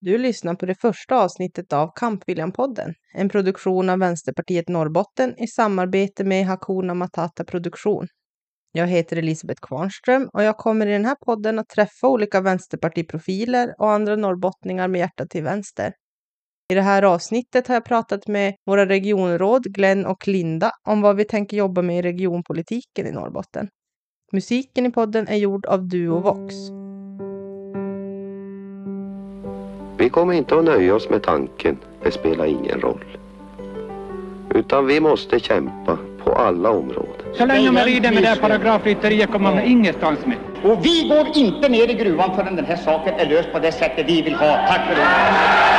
Du lyssnar på det första avsnittet av Kampviljan-podden, en produktion av Vänsterpartiet Norrbotten i samarbete med Hakuna Matata Produktion. Jag heter Elisabeth Kvarnström och jag kommer i den här podden att träffa olika vänsterpartiprofiler och andra norrbottningar med hjärtat till vänster. I det här avsnittet har jag pratat med våra regionråd Glenn och Linda om vad vi tänker jobba med i regionpolitiken i Norrbotten. Musiken i podden är gjord av Duo Vox. Vi kommer inte att nöja oss med tanken, det spelar ingen roll. Utan vi måste kämpa på alla områden. Så länge man rider med det här paragrafrytteriet kommer man ingenstans med. Och vi går inte ner i gruvan förrän den här saken är löst på det sättet vi vill ha. Tack för det.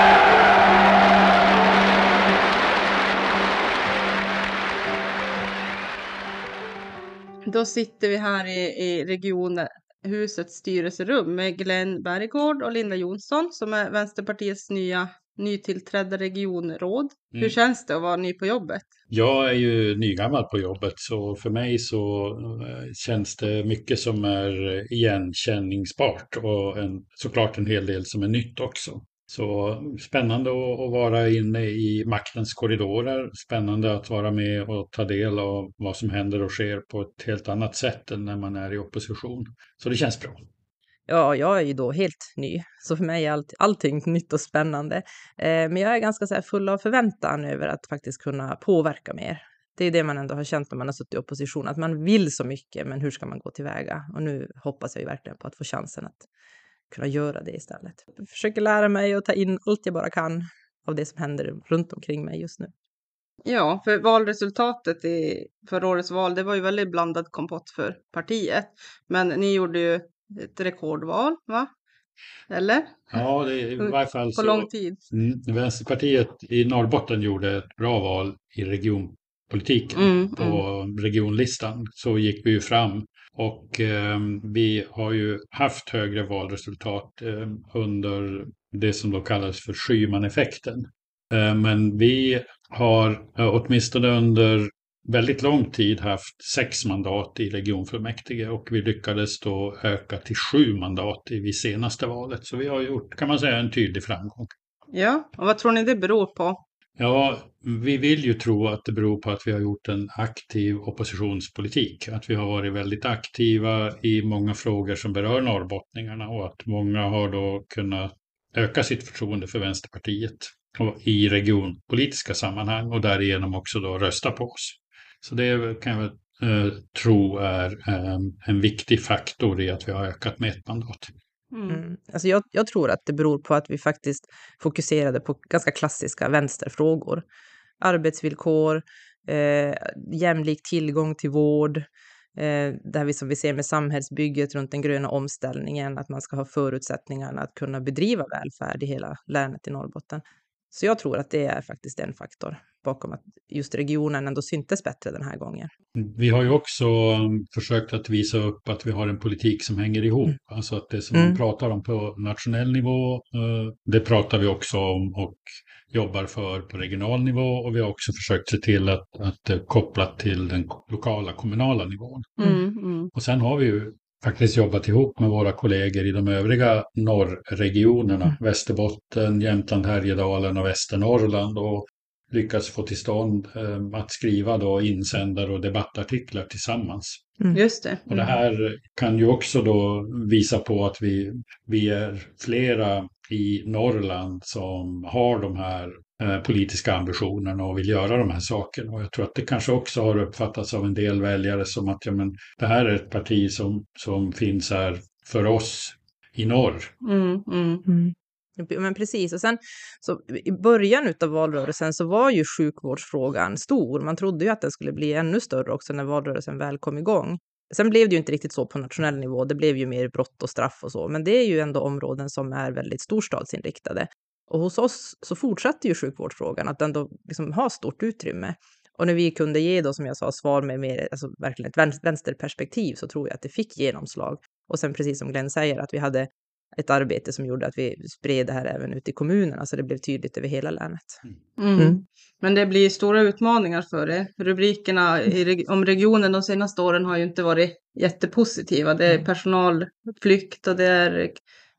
Då sitter vi här i regionhusets styrelserum med Glenn Berggård och Linda Jonsson som är Vänsterpartiets nytillträdda regionråd. Hur känns det att vara ny på jobbet? Jag är ju nygammal på jobbet, så för mig så känns det mycket som är igenkänningsbart och såklart en hel del som är nytt också. Så spännande att vara inne i maktens korridorer, spännande att vara med och ta del av vad som händer och sker på ett helt annat sätt än när man är i opposition. Så det känns bra. Ja, jag är ju då helt ny, så för mig är allting nytt och spännande. Men jag är ganska så här full av förväntan över att faktiskt kunna påverka mer. Det är det man ändå har känt när man har suttit i opposition, att man vill så mycket, men hur ska man gå tillväga? Och nu hoppas jag ju verkligen på att få chansen att kunna göra det istället. Jag försöker lära mig och ta in allt jag bara kan av det som händer runt omkring mig just nu. Ja, för valresultatet i förra årets val, det var ju väldigt blandad kompott för partiet. Men ni gjorde ju ett rekordval, va? Eller? Ja, det är i varje fall på så. Lång tid. Vänsterpartiet i Norrbotten gjorde ett bra val i regionpolitiken. På regionlistan så gick vi ju fram. Och vi har ju haft högre valresultat under det som då kallas för Schyman-effekten. Men vi har åtminstone under väldigt lång tid haft 6 mandat i regionfullmäktige och vi lyckades då öka till 7 mandat vid senaste valet. Så vi har gjort, kan man säga, en tydlig framgång. Ja, och vad tror ni det beror på? Ja, vi vill ju tro att det beror på att vi har gjort en aktiv oppositionspolitik. Att vi har varit väldigt aktiva i många frågor som berör norrbottningarna och att många har då kunnat öka sitt förtroende för Vänsterpartiet i regionpolitiska sammanhang och därigenom också då rösta på oss. Så det kan jag tro är en viktig faktor i att vi har ökat med 1 mandat. Alltså jag tror att det beror på att vi faktiskt fokuserade på ganska klassiska vänsterfrågor. Arbetsvillkor, jämlik tillgång till vård, där vi som vi ser med samhällsbygget runt den gröna omställningen, att man ska ha förutsättningarna att kunna bedriva välfärd i hela länet i Norrbotten. Så jag tror att det är faktiskt en faktor bakom att just regionen ändå syntes bättre den här gången. Vi har ju också försökt att visa upp att vi har en politik som hänger ihop. Alltså att det som man pratar om på nationell nivå, det pratar vi också om och jobbar för på regional nivå. Och vi har också försökt se till att koppla till den lokala kommunala nivån. Och sen har vi ju faktiskt jobbat ihop med våra kollegor i de övriga norrregionerna, Västerbotten, Jämtland, Härjedalen och Västernorrland och lyckats få till stånd att skriva då insändare och debattartiklar tillsammans. Just det. Och det här kan ju också då visa på att vi är flera i Norrland som har de här politiska ambitionerna och vill göra de här sakerna. Och jag tror att det kanske också har uppfattats av en del väljare som att det här är ett parti som finns här för oss i norr. Men precis, och sen så i början av valrörelsen så var ju sjukvårdsfrågan stor. Man trodde ju att den skulle bli ännu större också när valrörelsen väl kom igång. Sen blev det ju inte riktigt så på nationell nivå, det blev ju mer brott och straff och så. Men det är ju ändå områden som är väldigt storstadsinriktade. Och hos oss så fortsatte ju sjukvårdsfrågan att ändå liksom ha stort utrymme. Och när vi kunde ge då, som jag sa, svar med mer, alltså verkligen ett vänsterperspektiv, så tror jag att det fick genomslag. Och sen precis som Glenn säger, att vi hade ett arbete som gjorde att vi spred det här även ut i kommunerna, så det blev tydligt över hela länet. Men det blir stora utmaningar för det. Rubrikerna om regionen de senaste åren har ju inte varit jättepositiva. Det är personalflykt och det är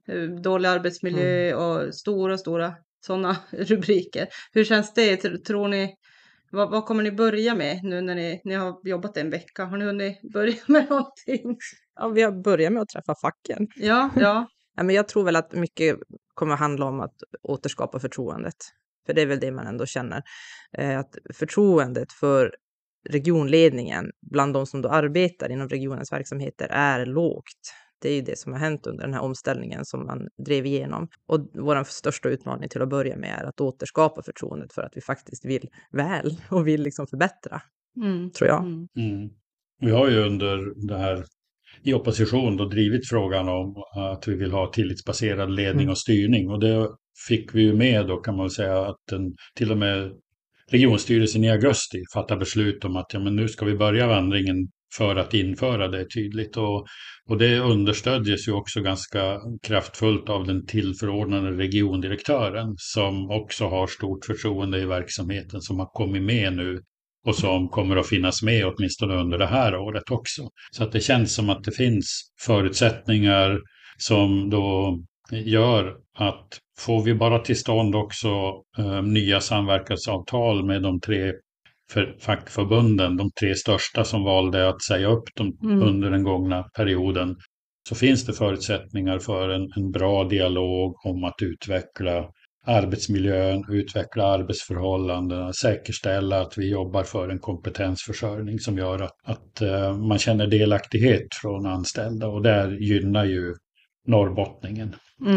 dålig arbetsmiljö och stora sådana rubriker. Hur känns det? Tror ni, vad kommer ni börja med nu när ni har jobbat en vecka? Har ni hunnit börja med någonting? Ja, vi har börjat med att träffa facken. Ja. Ja, men jag tror väl att mycket kommer handla om att återskapa förtroendet. För det är väl det man ändå känner. Att förtroendet för regionledningen bland de som då arbetar inom regionens verksamheter är lågt. Det är ju det som har hänt under den här omställningen som man drev igenom. Och vår största utmaning till att börja med är att återskapa förtroendet för att vi faktiskt vill väl och vill liksom förbättra, tror jag. Vi har ju under det här i opposition då drivit frågan om att vi vill ha tillitsbaserad ledning och styrning. Och det fick vi ju med då, kan man säga, att till och med regionstyrelsen i augusti fattar beslut om att men nu ska vi börja vandringen för att införa det tydligt. Och det understödjes ju också ganska kraftfullt av den tillförordnade regiondirektören som också har stort förtroende i verksamheten, som har kommit med nu och som kommer att finnas med åtminstone under det här året också. Så att det känns som att det finns förutsättningar som då gör att får vi bara till stånd också nya samverkansavtal med de 3 fackförbunden, de 3 största som valde att säga upp dem under den gångna perioden, så finns det förutsättningar för en bra dialog om att utveckla arbetsmiljön, utveckla arbetsförhållandena, säkerställa att vi jobbar för en kompetensförsörjning som gör att man känner delaktighet från anställda, och där gynnar ju norrbottningen.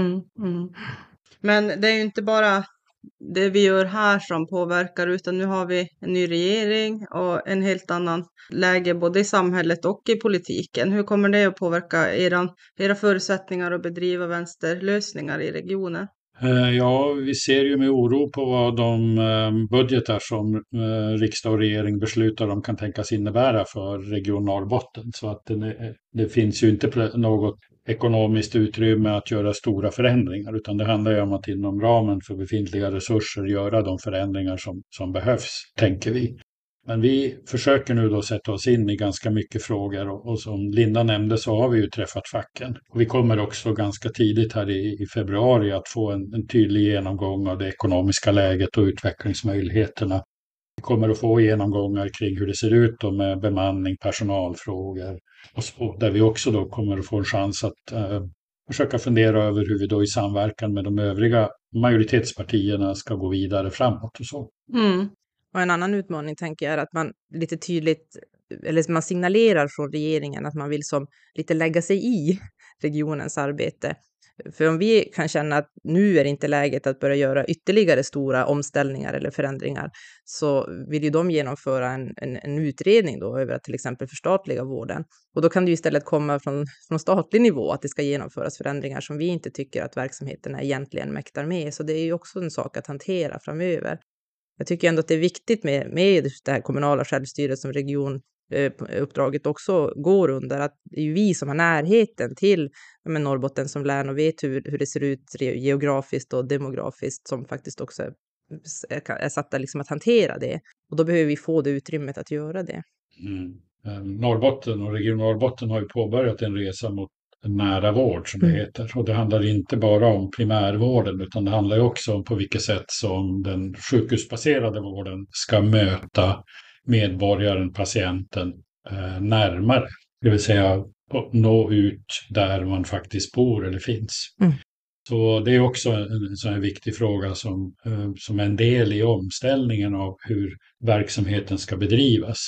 Men det är ju inte bara det vi gör här som påverkar, utan nu har vi en ny regering och en helt annan läge både i samhället och i politiken. Hur kommer det att påverka era förutsättningar att bedriva vänsterlösningar i regionen? Ja, vi ser ju med oro på vad de budgetar som riksdag och regering beslutar om kan tänkas innebära för Region Norrbotten. Så att det finns ju inte något ekonomiskt utrymme att göra stora förändringar, utan det handlar ju om att inom ramen för befintliga resurser göra de förändringar som behövs, tänker vi. Men vi försöker nu då sätta oss in i ganska mycket frågor, och som Linda nämnde så har vi ju träffat facken. Och vi kommer också ganska tidigt här i februari att få en tydlig genomgång av det ekonomiska läget och utvecklingsmöjligheterna. Vi kommer att få genomgångar kring hur det ser ut då med bemanning, personalfrågor och så, där vi också då kommer att få en chans att försöka fundera över hur vi då i samverkan med de övriga majoritetspartierna ska gå vidare framåt och så. Och en annan utmaning tänker jag är att man lite tydligt, eller man signalerar från regeringen att man vill som lite lägga sig i regionens arbete. För om vi kan känna att nu är inte läget att börja göra ytterligare stora omställningar eller förändringar, så vill ju de genomföra en utredning då över att till exempel förstatliga vården. Och då kan det ju istället komma från statlig nivå att det ska genomföras förändringar som vi inte tycker att verksamheterna egentligen mäktar med. Så det är ju också en sak att hantera framöver. Jag tycker ändå att det är viktigt med det här kommunala självstyret som regionuppdraget också går under. Att det är ju vi som har närheten till Norrbotten som län och vet hur det ser ut geografiskt och demografiskt, som faktiskt också är satta liksom att hantera det. Och då behöver vi få det utrymmet att göra det. Norrbotten och Region Norrbotten har ju påbörjat en resa mot nära vård som det heter. Och det handlar inte bara om primärvården, utan det handlar ju också om på vilket sätt som den sjukhusbaserade vården ska möta medborgaren, patienten närmare. Det vill säga nå ut där man faktiskt bor eller finns. Så det är också en sån här viktig fråga som är en del i omställningen av hur verksamheten ska bedrivas.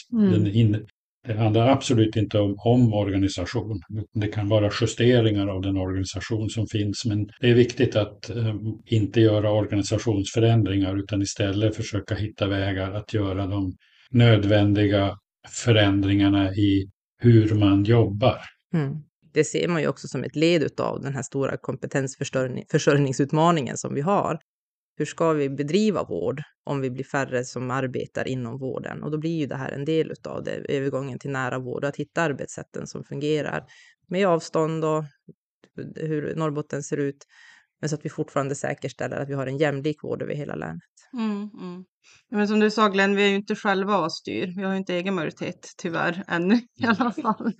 Det handlar absolut inte om organisation. Det kan vara justeringar av den organisation som finns. Men det är viktigt att inte göra organisationsförändringar, utan istället försöka hitta vägar att göra de nödvändiga förändringarna i hur man jobbar. Det ser man ju också som ett led av den här stora kompetensförsörjningsutmaningen som vi har. Hur ska vi bedriva vård om vi blir färre som arbetar inom vården? Och då blir ju det här en del av det, övergången till nära vård, att hitta arbetssätten som fungerar med avstånd och hur Norrbotten ser ut. men så att vi fortfarande säkerställer att vi har en jämlik vård över hela länet. Ja, men som du sa Glenn, vi är ju inte själva och styr. Vi har ju inte egen majoritet tyvärr ännu i alla fall.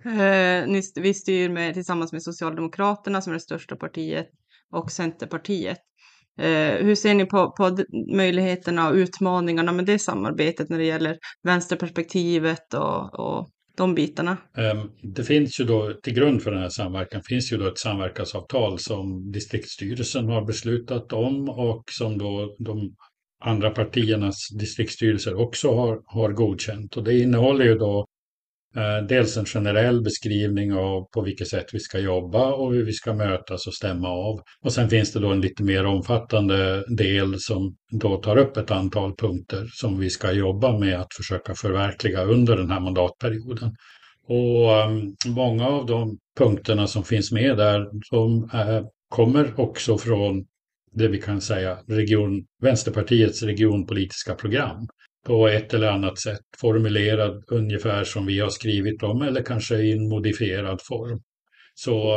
Vi styr tillsammans med Socialdemokraterna som är det största partiet och Centerpartiet. Hur ser ni på möjligheterna och utmaningarna med det samarbetet när det gäller vänsterperspektivet och de bitarna? Det finns ju då, till grund för den här samverkan finns ju då ett samverkansavtal som distriktsstyrelsen har beslutat om och som då de andra partiernas distriktsstyrelser också har godkänt. Och det innehåller ju då dels en generell beskrivning av på vilket sätt vi ska jobba och hur vi ska mötas och stämma av. Och sen finns det då en lite mer omfattande del som då tar upp ett antal punkter som vi ska jobba med att försöka förverkliga under den här mandatperioden. Och många av de punkterna som finns med där de kommer också från det vi kan säga Vänsterpartiets regionpolitiska program. På ett eller annat sätt formulerad ungefär som vi har skrivit om eller kanske i en modifierad form. Så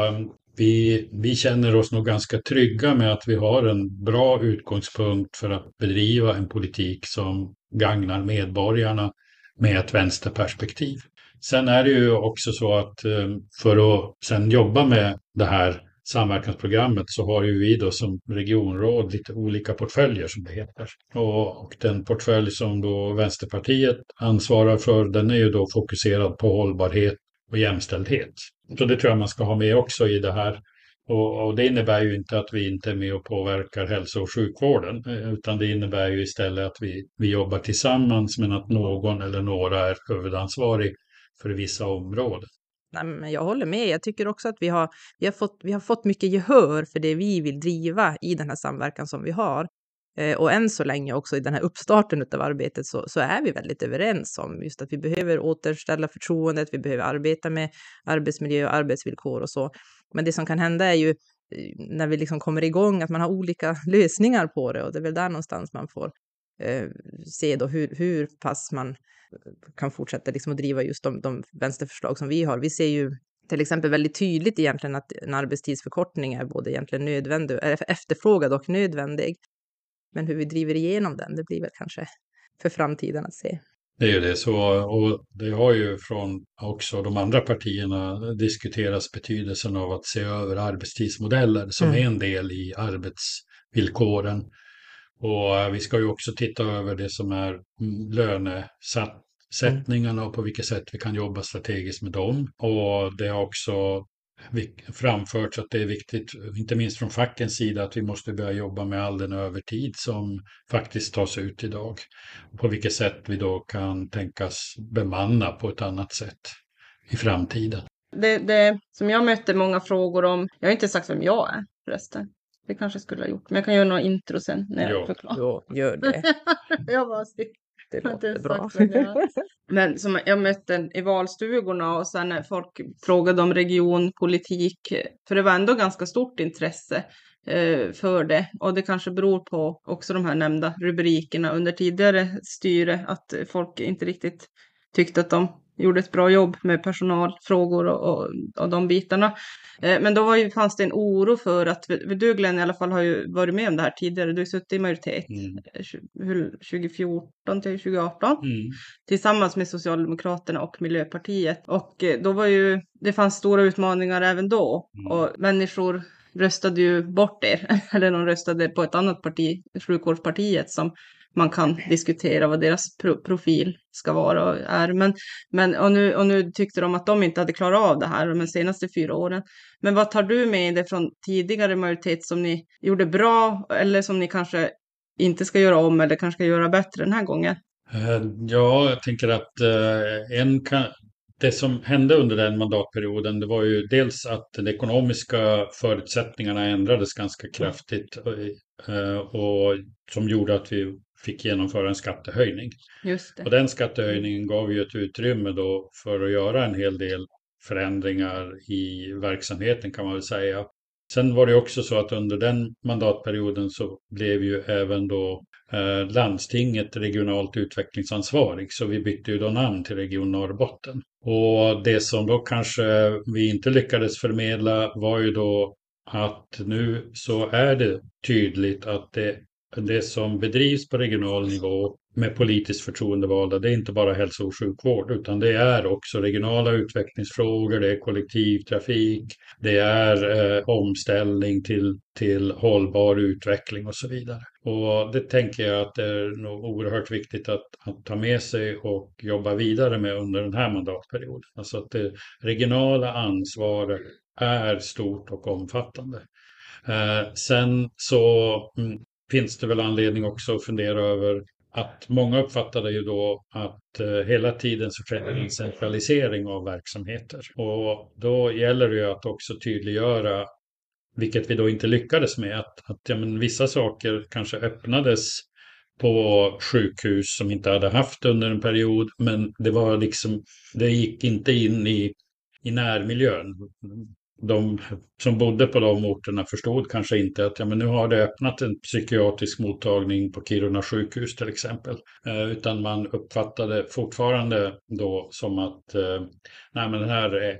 vi känner oss nog ganska trygga med att vi har en bra utgångspunkt för att bedriva en politik som gagnar medborgarna med ett vänsterperspektiv. Sen är det ju också så att för att sen jobba med det här samverkansprogrammet så har ju vi då som regionråd lite olika portföljer som det heter. Och den portfölj som då Vänsterpartiet ansvarar för den är ju då fokuserad på hållbarhet och jämställdhet. Så det tror jag man ska ha med också i det här. Och det innebär ju inte att vi inte är med och påverkar hälso- och sjukvården utan det innebär ju istället att vi jobbar tillsammans men att någon eller några är huvudansvarig för vissa områden. Nej, men jag håller med. Jag tycker också att vi har fått mycket gehör för det vi vill driva i den här samverkan som vi har. Och än så länge också i den här uppstarten av arbetet så är vi väldigt överens om just att vi behöver återställa förtroendet, vi behöver arbeta med arbetsmiljö och arbetsvillkor och så. Men det som kan hända är ju när vi liksom kommer igång att man har olika lösningar på det och det är väl där någonstans man får se då hur pass man kan fortsätta liksom att driva just de vänsterförslag som vi har. Vi ser ju till exempel väldigt tydligt egentligen att en arbetstidsförkortning är både egentligen nödvändig, efterfrågad och nödvändig. Men hur vi driver igenom den, det blir väl kanske för framtiden att se. Det är ju det så, och det har ju från också de andra partierna diskuterats betydelsen av att se över arbetstidsmodeller som är en del i arbetsvillkoren. Och vi ska ju också titta över det som är lönesättningarna och på vilket sätt vi kan jobba strategiskt med dem. Och det har också framförts att det är viktigt, inte minst från fackens sida, att vi måste börja jobba med all den övertid som faktiskt tas ut idag. På vilket sätt vi då kan tänkas bemanna på ett annat sätt i framtiden. Det som jag mötte många frågor om, jag har inte sagt vem jag är förresten. Det kanske skulle ha gjort, men jag kan göra några intro sen när jag förklarar. Ja, gör det. Jag bara det låter bra. Men som jag mötte i valstugorna och sen när folk frågade om regionpolitik, för det var ändå ganska stort intresse för det. Och det kanske beror på också de här nämnda rubrikerna under tidigare styre, att folk inte riktigt tyckte att de gjorde ett bra jobb med personalfrågor och de bitarna. Men då fanns det en oro för att, du Glenn i alla fall har ju varit med om det här tidigare, du har suttit i majoritet 2014 till 2018 tillsammans med Socialdemokraterna och Miljöpartiet. Och då det fanns stora utmaningar även då och människor röstade ju bort er, eller de röstade på ett annat parti, sjukvårdspartiet, som man kan diskutera vad deras profil ska vara och är. Och nu tyckte de att de inte hade klarat av det här de senaste 4 åren. Men vad tar du med dig från tidigare majoritet som ni gjorde bra eller som ni kanske inte ska göra om eller kanske ska göra bättre den här gången? Ja, jag tänker att det som hände under den mandatperioden, det var ju dels att de ekonomiska förutsättningarna ändrades ganska kraftigt och som gjorde att vi fick genomföra en skattehöjning. Just det. Och den skattehöjningen gav ju ett utrymme då för att göra en hel del förändringar i verksamheten kan man väl säga. Sen var det också så att under den mandatperioden så blev ju även då landstinget regionalt utvecklingsansvarig, så vi bytte ju då namn till Region Norrbotten. Och det som då kanske vi inte lyckades förmedla var ju då att nu så är det tydligt att det som bedrivs på regional nivå med politiskt förtroendevalda, det är inte bara hälso- och sjukvård, utan det är också regionala utvecklingsfrågor, det är kollektivtrafik, det är omställning till hållbar utveckling och så vidare. Och det tänker jag att det är nog oerhört viktigt att ta med sig och jobba vidare med under den här mandatperioden. Alltså att det regionala ansvaret är stort och omfattande. Sen så finns det väl anledning också att fundera över att många uppfattade ju då att hela tiden så sker en centralisering av verksamheter. Och då gäller det ju att också tydliggöra, vilket vi då inte lyckades med, att ja, men vissa saker kanske öppnades på sjukhus som inte hade haft under en period, men det var liksom, det gick inte in i närmiljön. De som bodde på de orterna förstod kanske inte att ja, men nu har det öppnat en psykiatrisk mottagning på Kiruna sjukhus till exempel. Utan man uppfattade fortfarande då som att nej, men det här är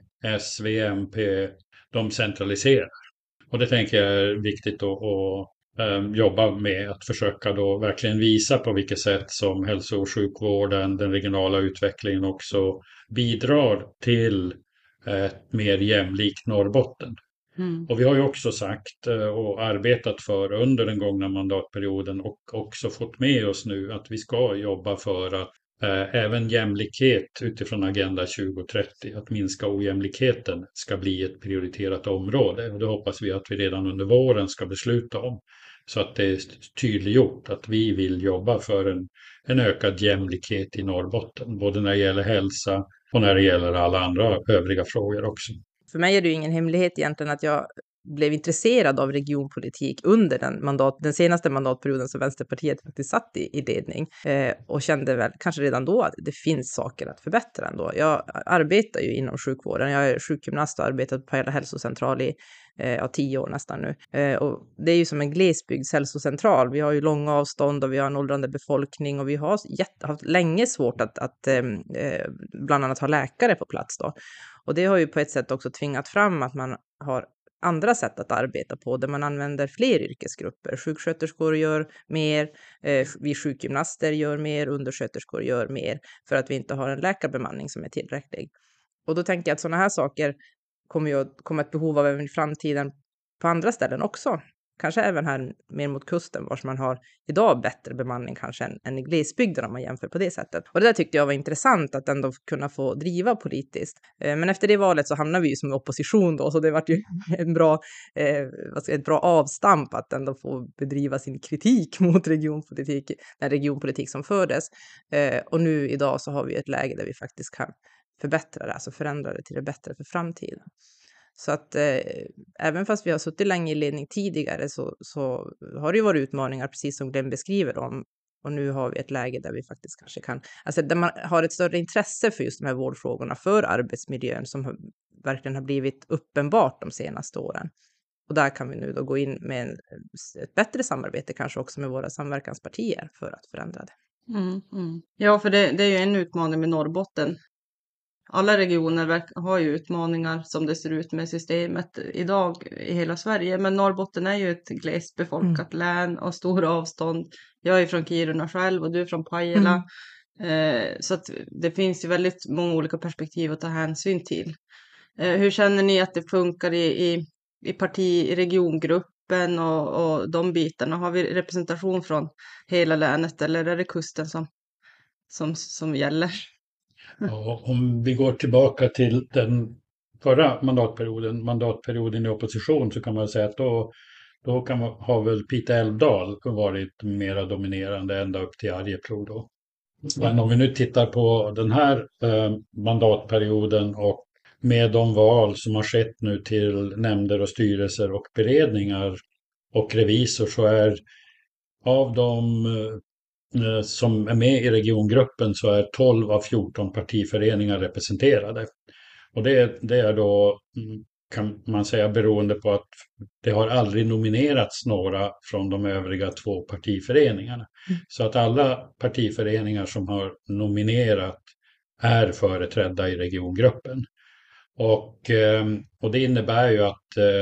SVMP, de centraliserar. Och det tänker jag är viktigt att jobba med, att försöka då verkligen visa på vilket sätt som hälso- och sjukvården, den regionala utvecklingen också bidrar till ett mer jämlikt Norrbotten. Och vi har ju också sagt och arbetat för under den gångna mandatperioden och också fått med oss nu att vi ska jobba för att även jämlikhet utifrån Agenda 2030, att minska ojämlikheten, ska bli ett prioriterat område. Och det hoppas vi att vi redan under våren ska besluta om. Så att det är tydliggjort att vi vill jobba för en ökad jämlikhet i Norrbotten. Både när det gäller hälsa och när det gäller alla andra övriga frågor också. För mig är det ju ingen hemlighet egentligen att jag blev intresserad av regionpolitik under den senaste mandatperioden som Vänsterpartiet faktiskt satt i ledning. Och kände väl kanske redan då att det finns saker att förbättra ändå. Jag arbetar ju inom sjukvården. Jag är sjukgymnast och har arbetat på Pajala hälsocentral i 10 år nästan nu. Och det är ju som en glesbygdshälsocentral. Vi har ju långa avstånd och vi har en åldrande befolkning och vi har haft länge svårt att bland annat ha läkare på plats då. Och det har ju på ett sätt också tvingat fram att man har andra sätt att arbeta på där man använder fler yrkesgrupper. Sjuksköterskor gör mer, vi sjukgymnaster gör mer, undersköterskor gör mer för att vi inte har en läkarbemanning som är tillräcklig. Och då tänker jag att sådana här saker kommer ju att komma ett behov av även i framtiden på andra ställen också. Kanske även här mer mot kusten vars man har idag bättre bemanning kanske än i glesbygden om man jämför på det sättet. Och det där tyckte jag var intressant att ändå kunna få driva politiskt. Men efter det valet så hamnar vi ju som opposition då, så det var ju ett bra avstamp att ändå få bedriva sin kritik mot den regionpolitik som fördes. Och nu idag så har vi ett läge där vi faktiskt kan förbättra det, alltså förändra det till det bättre för framtiden. Så att även fast vi har suttit länge i ledning tidigare så har det ju varit utmaningar precis som Glenn beskriver om. Och nu har vi ett läge där vi faktiskt kanske kan, alltså där man har ett större intresse för just de här vårdfrågorna, för arbetsmiljön som verkligen har blivit uppenbart de senaste åren. Och där kan vi nu då gå in med ett bättre samarbete kanske också med våra samverkanspartier för att förändra det. Ja, för det är ju en utmaning med Norrbotten. Alla regioner har ju utmaningar som det ser ut med systemet idag i hela Sverige. Men Norrbotten är ju ett glesbefolkat län och stora avstånd. Jag är från Kiruna själv och du är från Pajala. Så att det finns ju väldigt många olika perspektiv att ta hänsyn till. Hur känner ni att det funkar i regiongruppen och de bitarna? Har vi representation från hela länet eller är det kusten som gäller? Ja, om vi går tillbaka till den förra mandatperioden i opposition, så kan man säga att då har väl Pite Älvdal varit mera dominerande ända upp till Arjeplog då. Men om vi nu tittar på den här mandatperioden och med de val som har skett nu till nämnder och styrelser och beredningar och revisor, så är av de som är med i regiongruppen så är 12 av 14 partiföreningar representerade. Och det är då, kan man säga, beroende på att det har aldrig nominerats några från de övriga 2 partiföreningarna. Så att alla partiföreningar som har nominerat är företrädda i regiongruppen. Och det innebär ju att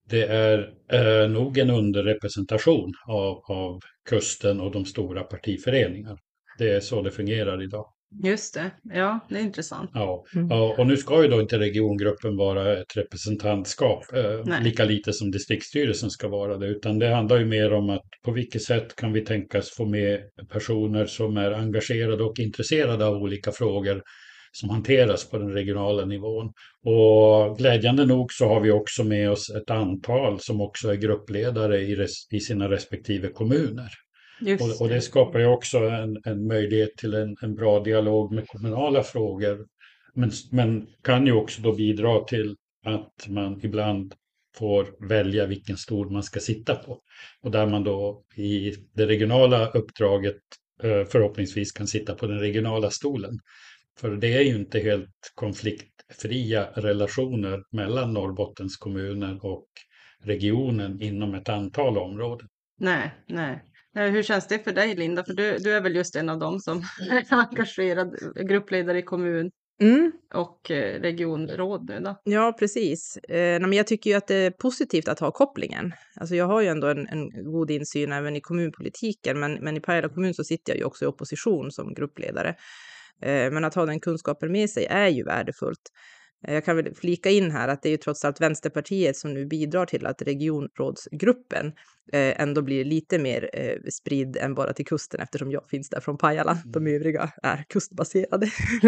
det är nog en underrepresentation av kusten och de stora partiföreningarna. Det är så det fungerar idag. Just det, ja, det är intressant. Ja, och nu ska ju då inte regiongruppen vara ett representantskap, Nej. lika lite som distriktsstyrelsen ska vara det, utan det handlar ju mer om att på vilket sätt kan vi tänkas få med personer som är engagerade och intresserade av olika frågor som hanteras på den regionala nivån. Och glädjande nog så har vi också med oss ett antal som också är gruppledare i sina respektive kommuner. Och det skapar ju också en möjlighet till en bra dialog med kommunala frågor. Men kan ju också då bidra till att man ibland får välja vilken stol man ska sitta på. Och där man då i det regionala uppdraget förhoppningsvis kan sitta på den regionala stolen. För det är ju inte helt konfliktfria relationer mellan Norrbottens kommuner och regionen inom ett antal områden. Nej. Hur känns det för dig, Linda? För du är väl just en av dem som är engagerad gruppledare i kommun och regionråd nu då? Ja, precis. Men jag tycker ju att det är positivt att ha kopplingen. Alltså jag har ju ändå en god insyn även i kommunpolitiken, men i Pajala kommun så sitter jag ju också i opposition som gruppledare. Men att ha den kunskapen med sig är ju värdefullt. Jag kan väl flika in här att det är ju trots allt Vänsterpartiet som nu bidrar till att regionrådsgruppen ändå blir lite mer spridd än bara till kusten, eftersom jag finns där från Pajala. De övriga är kustbaserade.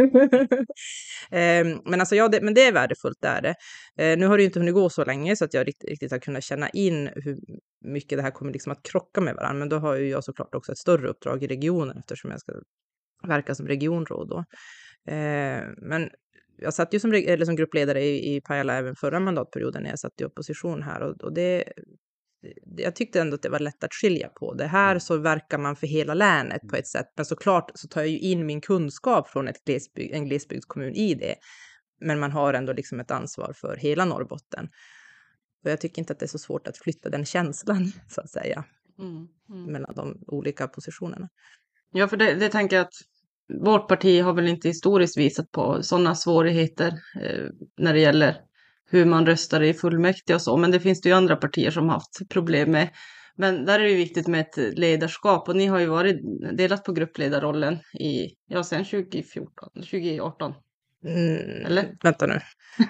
Men alltså men det är värdefullt där. Nu har det ju inte hunnit gå så länge så att jag riktigt har kunnat känna in hur mycket det här kommer liksom att krocka med varandra. Men då har ju jag såklart också ett större uppdrag i regionen eftersom jag ska verka som regionråd då. Men jag satt ju som gruppledare i Pajala även förra mandatperioden när jag satt i opposition här. Och jag tyckte ändå att det var lätt att skilja på. Det här så verkar man för hela länet på ett sätt. Men såklart så tar jag ju in min kunskap från en glesbygdskommun i det. Men man har ändå liksom ett ansvar för hela Norrbotten. Och jag tycker inte att det är så svårt att flytta den känslan så att säga. Mellan de olika positionerna. Ja, för det tänker jag att vårt parti har väl inte historiskt visat på sådana svårigheter när det gäller hur man röstar i fullmäktige och så. Men det finns det ju andra partier som har haft problem med. Men där är det ju viktigt med ett ledarskap. Och ni har ju varit delat på gruppledarrollen sedan 2018. Eller? Vänta nu.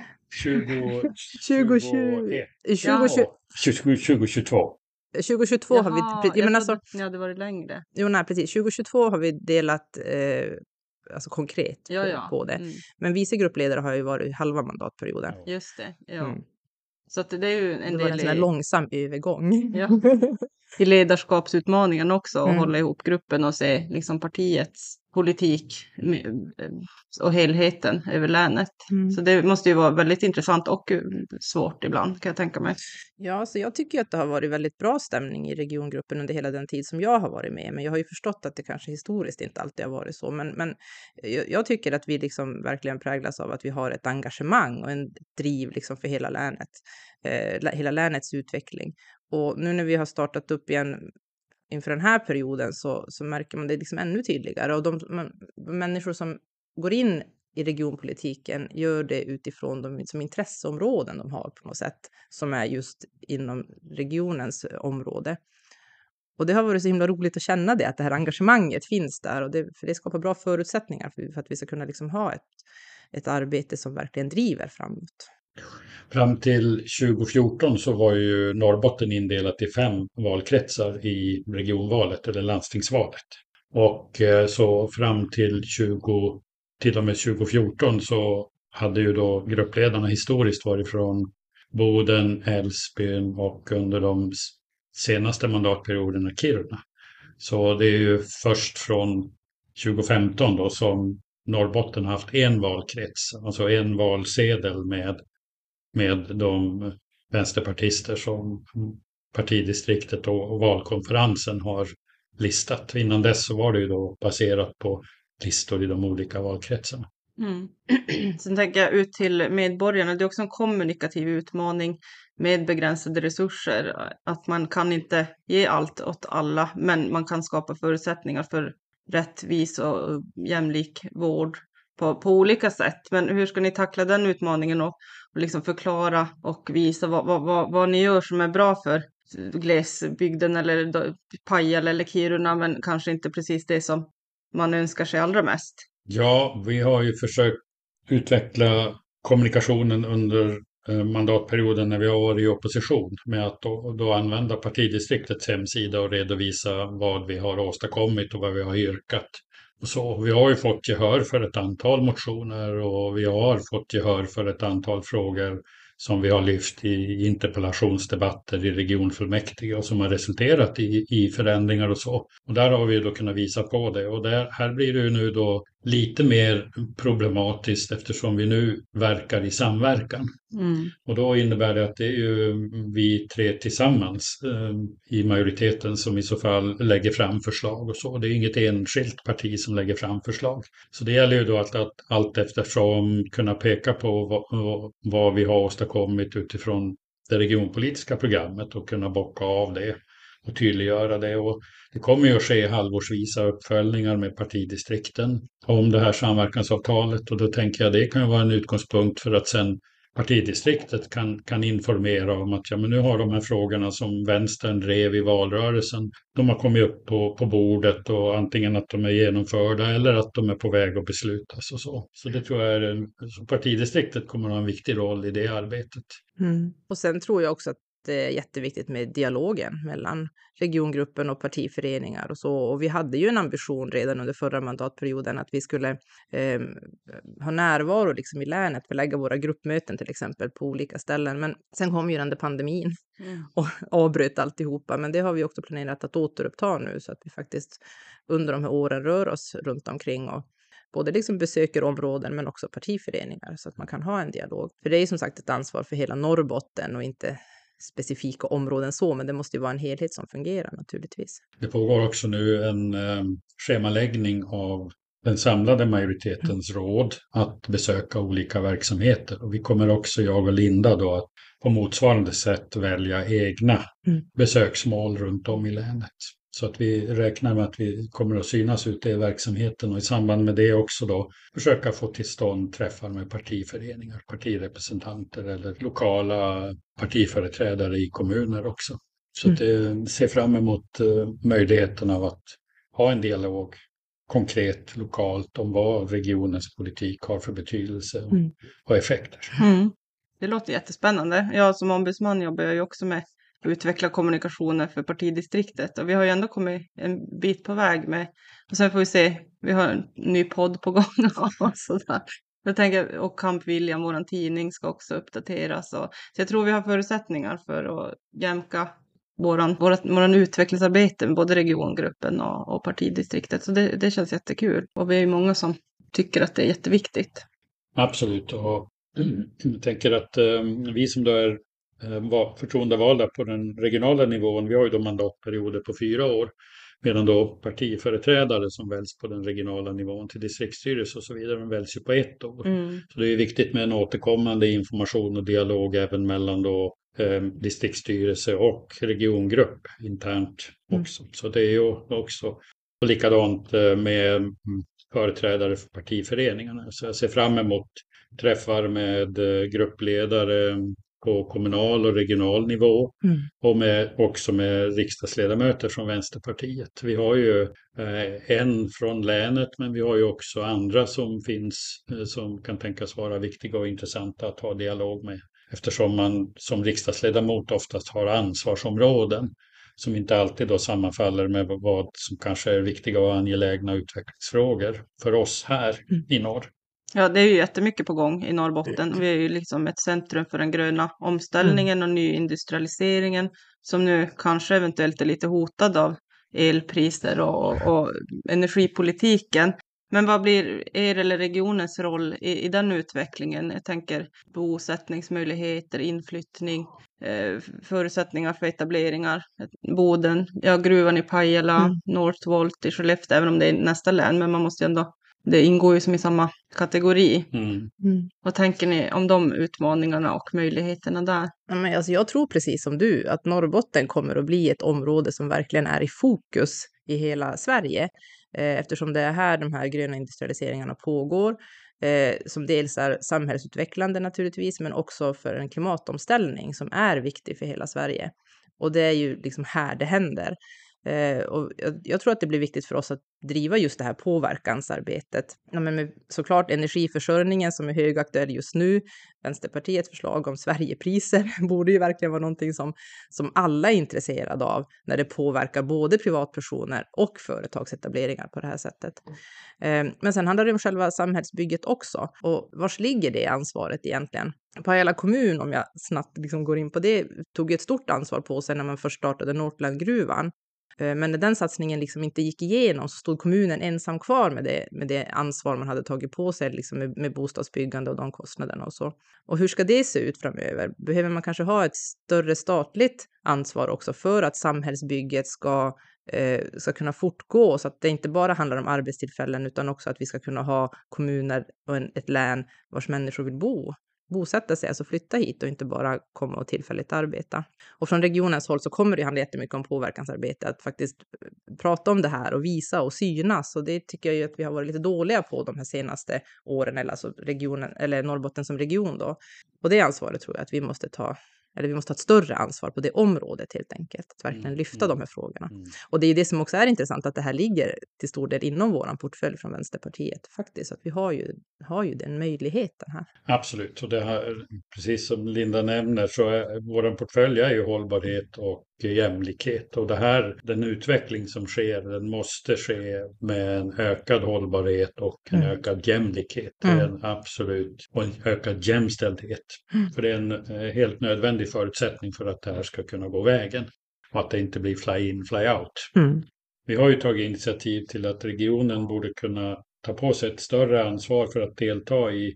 2022. 2022 Jaha, har vi... Men alltså, det hade varit längre. Jo, nej, precis. 2022 har vi delat alltså konkret på det. Men vice gruppledare har ju varit halva mandatperioden. Just det, ja. Så att det är ju en del sån här långsam övergång. Ja. I ledarskapsutmaningen också, att hålla ihop gruppen och se liksom partiets politik och helheten över länet. Så det måste ju vara väldigt intressant och svårt ibland, kan jag tänka mig. Ja, så jag tycker att det har varit väldigt bra stämning i regiongruppen under hela den tid som jag har varit med. Men jag har ju förstått att det kanske historiskt inte alltid har varit så. Men jag tycker att vi liksom verkligen präglas av att vi har ett engagemang och en driv liksom för hela länet. Hela länets utveckling. Och nu när vi har startat upp igen inför den här perioden så märker man det liksom ännu tydligare. Och de människor som går in i regionpolitiken gör det utifrån de som intresseområden de har på något sätt. Som är just inom regionens område. Och det har varit så himla roligt att känna det, att det här engagemanget finns där. Och för det skapar bra förutsättningar för att vi ska kunna liksom ha ett arbete som verkligen driver framåt. Fram till 2014 så var ju Norrbotten indelat i 5 valkretsar i regionvalet eller landstingsvalet. Och så fram till och med 2014 så hade ju då gruppledarna historiskt varit från Boden, Älvsbyn och under de senaste mandatperioderna Kiruna. Så det är ju först från 2015 då som Norrbotten har haft en valkrets, alltså en valsedel med de vänsterpartister som partidistriktet och valkonferensen har listat. Innan dess så var det ju då baserat på listor i de olika valkretsarna. Sen tänker jag ut till medborgarna, det är också en kommunikativ utmaning med begränsade resurser. Att man kan inte ge allt åt alla, men man kan skapa förutsättningar för rättvis och jämlik vård på olika sätt. Men hur ska ni tackla den utmaningen och liksom förklara och visa vad ni gör som är bra för glesbygden eller Pajala eller Kiruna, men kanske inte precis det som man önskar sig allra mest. Ja, vi har ju försökt utveckla kommunikationen under mandatperioden när vi har varit i opposition med att då använda partidistriktets hemsida och redovisa vad vi har åstadkommit och vad vi har yrkat. Och så, vi har ju fått gehör för ett antal motioner och vi har fått gehör för ett antal frågor som vi har lyft i interpellationsdebatter i regionfullmäktige och som har resulterat i förändringar och så. Och där har vi då kunnat visa på det. Och här blir det ju nu då lite mer problematiskt eftersom vi nu verkar i samverkan. Och då innebär det att det är ju vi tre tillsammans i majoriteten som i så fall lägger fram förslag och så. Det är inget enskilt parti som lägger fram förslag. Så det gäller ju då att allt eftersom kunna peka på vad vi har åstadkommit utifrån det regionpolitiska programmet och kunna bocka av det och tydliggöra det. Och det kommer ju att ske halvårsvisa uppföljningar med partidistrikten om det här samverkansavtalet och då tänker jag det kan vara en utgångspunkt för att sen partidistriktet kan informera om att ja, men nu har de här frågorna som vänstern drev i valrörelsen, de har kommit upp på bordet och antingen att de är genomförda eller att de är på väg att beslutas och så. Så det tror jag partidistriktet kommer att ha en viktig roll i det arbetet. Och sen tror jag också att det är jätteviktigt med dialogen mellan regiongruppen och partiföreningar och så. Och vi hade ju en ambition redan under förra mandatperioden att vi skulle ha närvaro liksom i länet, förlägga våra gruppmöten till exempel på olika ställen. Men sen kom ju den där pandemin och avbröt alltihopa. Men det har vi också planerat att återuppta nu så att vi faktiskt under de här åren rör oss runt omkring och både liksom besöker områden men också partiföreningar så att man kan ha en dialog. För det är ju som sagt ett ansvar för hela Norrbotten och inte specifika områden så, men det måste ju vara en helhet som fungerar naturligtvis. Det pågår också nu en schemaläggning av den samlade majoritetens råd att besöka olika verksamheter. Och vi kommer också, jag och Linda då, att på motsvarande sätt välja egna besöksmål runt om i länet. Så att vi räknar med att vi kommer att synas ute i verksamheten och i samband med det också då försöka få till stånd träffar med partiföreningar, partirepresentanter eller lokala partiföreträdare i kommuner också. Så att det ser fram emot möjligheten av att ha en dialog konkret lokalt om vad regionens politik har för betydelse och effekter. Det låter jättespännande. Jag som ombudsman jobbar ju också med utveckla kommunikationer för partidistriktet och vi har ju ändå kommit en bit på väg med och sen får vi se, vi har en ny podd på gång och sådär. Jag tänker, och Camp William, vår tidning, ska också uppdateras så jag tror vi har förutsättningar för att jämka våran utvecklingsarbete med både regiongruppen och partidistriktet så det känns jättekul och vi är många som tycker att det är jätteviktigt. Absolut och jag tänker att vi som då är förtroendevalda på den regionala nivån, vi har ju då mandatperioder på 4 år medan då partiföreträdare som väljs på den regionala nivån till distriktsstyrelse och så vidare, de väljs ju på 1 år. Så det är viktigt med en återkommande information och dialog även mellan då distriktsstyrelse och regiongrupp internt också. Så det är ju också och likadant med företrädare för partiföreningarna. Så jag ser fram emot träffar med gruppledare på kommunal och regional nivå och också med riksdagsledamöter från Vänsterpartiet. Vi har ju en från länet men vi har ju också andra som finns som kan tänkas vara viktiga och intressanta att ha dialog med. Eftersom man som riksdagsledamot oftast har ansvarsområden som inte alltid då sammanfaller med vad som kanske är viktiga och angelägna utvecklingsfrågor för oss här i norr. Ja, det är ju jättemycket på gång i Norrbotten. Vi är ju liksom ett centrum för den gröna omställningen och nyindustrialiseringen som nu kanske eventuellt är lite hotad av elpriser och energipolitiken. Men vad blir er eller regionens roll i den utvecklingen? Jag tänker bosättningsmöjligheter, inflyttning, förutsättningar för etableringar. Boden, gruvan i Pajala, Northvolt i Skellefteå, även om det är nästa län, men man måste ju ändå, det ingår ju som i samma kategori. Vad tänker ni om de utmaningarna och möjligheterna där? Ja, men alltså jag tror precis som du att Norrbotten kommer att bli ett område som verkligen är i fokus i hela Sverige. Eftersom det är här de här gröna industrialiseringarna pågår. som dels är samhällsutvecklande naturligtvis, men också för en klimatomställning som är viktig för hela Sverige. Och det är ju liksom här det händer. Och jag tror att det blir viktigt för oss att driva just det här påverkansarbetet. Ja, men med såklart energiförsörjningen som är högaktuell just nu. Vänsterpartiets förslag om Sverigepriser borde ju verkligen vara någonting som alla är intresserade av när det påverkar både privatpersoner och företagsetableringar på det här sättet. Men sen handlar det om själva samhällsbygget också. Och vars ligger det ansvaret egentligen? Pajala kommun, om jag snabbt liksom går in på det, tog ett stort ansvar på sig när man först startade Northlandgruvan. Men när den satsningen liksom inte gick igenom så stod kommunen ensam kvar med det ansvar man hade tagit på sig liksom med bostadsbyggande och de kostnaderna och så. Och hur ska det se ut framöver? Behöver man kanske ha ett större statligt ansvar också för att samhällsbygget ska kunna fortgå, så att det inte bara handlar om arbetstillfällen utan också att vi ska kunna ha kommuner och ett län vars människor vill bosätta sig, alltså flytta hit och inte bara komma och tillfälligt arbeta. Och från regionens håll så kommer det handla jättemycket om påverkansarbete, att faktiskt prata om det här och visa och synas, och det tycker jag ju att vi har varit lite dåliga på de här senaste åren, eller alltså regionen, eller Norrbotten som region då. Och det ansvaret tror jag att vi måste ta ett större ansvar på det området helt enkelt. Att verkligen lyfta de här frågorna. Och det är ju det som också är intressant, att det här ligger till stor del inom våran portfölj från Vänsterpartiet faktiskt. Att vi har ju den möjligheten här. Absolut, och det här, precis som Linda nämner, så är våran portfölj är ju hållbarhet och jämlikhet. Och det här, den utveckling som sker, den måste ske med en ökad hållbarhet och en ökad jämlikhet. Det är en absolut, och en ökad jämställdhet. För det är en helt nödvändig förutsättning för att det här ska kunna gå vägen. Och att det inte blir fly in, fly out. Vi har ju tagit initiativ till att regionen borde kunna ta på sig ett större ansvar för att delta i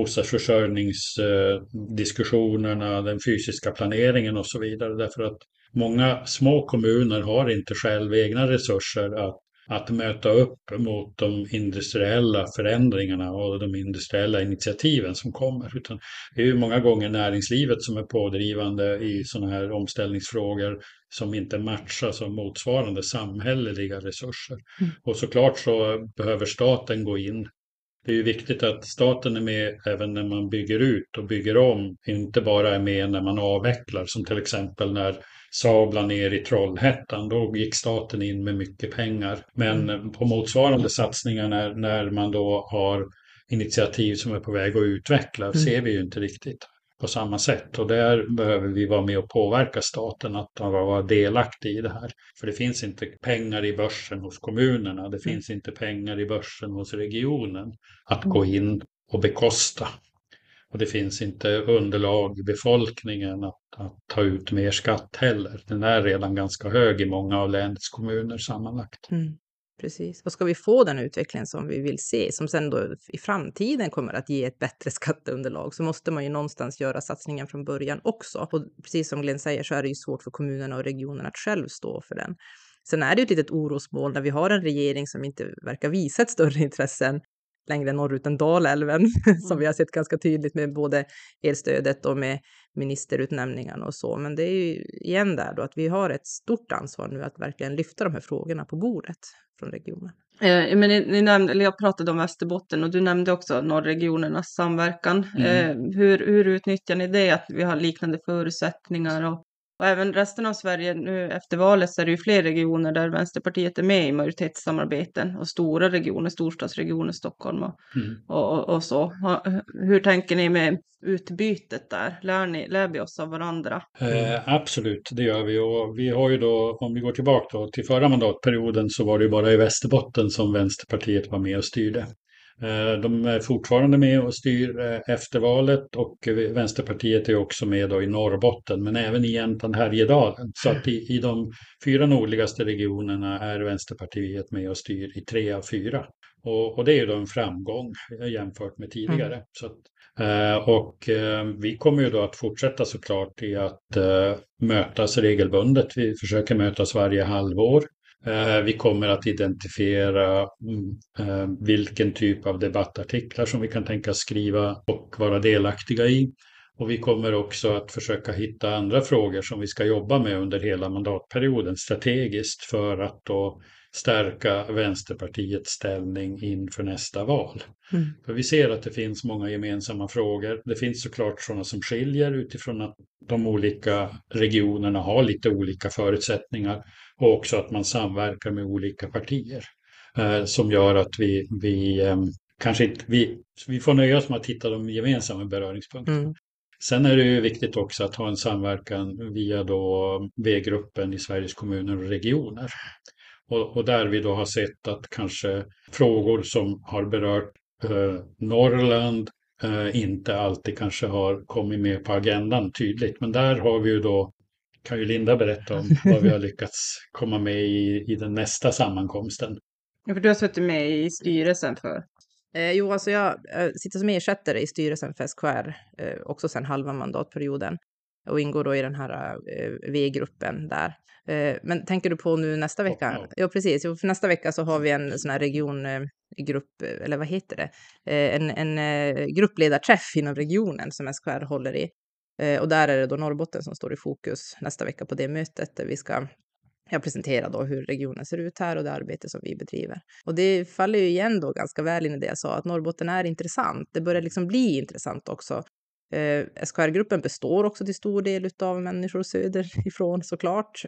bostadsförsörjningsdiskussionerna, den fysiska planeringen och så vidare. Därför att många små kommuner har inte själv egna resurser att möta upp mot de industriella förändringarna och de industriella initiativen som kommer. Utan det är ju många gånger näringslivet som är pådrivande i sådana här omställningsfrågor som inte matchas av motsvarande samhälleliga resurser. Och såklart så behöver staten gå in. Det är ju viktigt att staten är med även när man bygger ut och bygger om, inte bara är med när man avvecklar, som till exempel när Saab la ner i Trollhättan, då gick staten in med mycket pengar. Men på motsvarande satsningar när man då har initiativ som är på väg att utveckla ser vi ju inte riktigt på samma sätt. Och där behöver vi vara med och påverka staten att vara delaktig i det här. För det finns inte pengar i börsen hos kommunerna, det finns inte pengar i börsen hos regionen att gå in och bekosta. Och det finns inte underlag i befolkningen att ta ut mer skatt heller. Den är redan ganska hög i många av länets kommuner sammanlagt. Precis. Och ska vi få den utvecklingen som vi vill se, som sen då i framtiden kommer att ge ett bättre skatteunderlag, så måste man ju någonstans göra satsningen från början också. Och precis som Glenn säger så är det ju svårt för kommunerna och regionerna att själv stå för den. Sen är det ju ett litet orosmål när vi har en regering som inte verkar visa ett större intresse längre norrut än Dalälven, som vi har sett ganska tydligt med både elstödet och med ministerutnämningarna och så. Men det är ju igen där då att vi har ett stort ansvar nu att verkligen lyfta de här frågorna på bordet från regionen. Men ni nämnde, eller jag pratade om Västerbotten och du nämnde också norrregionernas samverkan. Hur utnyttjar ni det, att vi har liknande förutsättningar och även resten av Sverige nu efter valet, så är det ju fler regioner där Vänsterpartiet är med i majoritetssamarbeten och stora regioner, storstadsregioner, Stockholm och så. Hur tänker ni med utbytet där? Lär vi oss av varandra? Absolut, det gör vi. Och vi har ju då, om vi går tillbaka då, till förra mandatperioden, så var det ju bara i Västerbotten som Vänsterpartiet var med och styrde. De är fortfarande med och styr efter valet, och Vänsterpartiet är också med då i Norrbotten, men även i Jämtland, Härjedalen. Så att i de 4 nordligaste regionerna är Vänsterpartiet med och styr i 3 av 4. Och det är ju då en framgång jämfört med tidigare. Så att, vi kommer ju då att fortsätta såklart i att mötas regelbundet. Vi försöker mötas varje halvår. Vi kommer att identifiera vilken typ av debattartiklar som vi kan tänka skriva och vara delaktiga i. Och vi kommer också att försöka hitta andra frågor som vi ska jobba med under hela mandatperioden strategiskt för att då stärka Vänsterpartiets ställning inför nästa val. För vi ser att det finns många gemensamma frågor. Det finns såklart sådana som skiljer utifrån att de olika regionerna har lite olika förutsättningar och också att man samverkar med olika partier som gör att vi kanske inte, vi får nöja oss med att hitta de gemensamma beröringspunkterna. Sen är det ju viktigt också att ha en samverkan via då V-gruppen i Sveriges kommuner och regioner. Och där vi då har sett att kanske frågor som har berört Norrland inte alltid kanske har kommit med på agendan tydligt. Men där har vi ju då, kan ju Linda berätta om vad vi har lyckats komma med i den nästa sammankomsten. Ja, för du har suttit med i styrelsen för. Jo, alltså jag sitter som ersättare i styrelsen för SKR också sedan halva mandatperioden och ingår då i den här V-gruppen där. Men tänker du på nu nästa vecka? Ja, precis. För nästa vecka så har vi en sån här regiongrupp, eller vad heter det? En gruppledarträff inom regionen som SKR håller i. Och där är det då Norrbotten som står i fokus nästa vecka på det mötet där vi ska presentera då hur regionen ser ut här och det arbete som vi bedriver. Och det faller ju igen då ganska väl in i det jag sa, att Norrbotten är intressant. Det börjar liksom bli intressant också. SKR-gruppen består också till stor del av människor söderifrån såklart.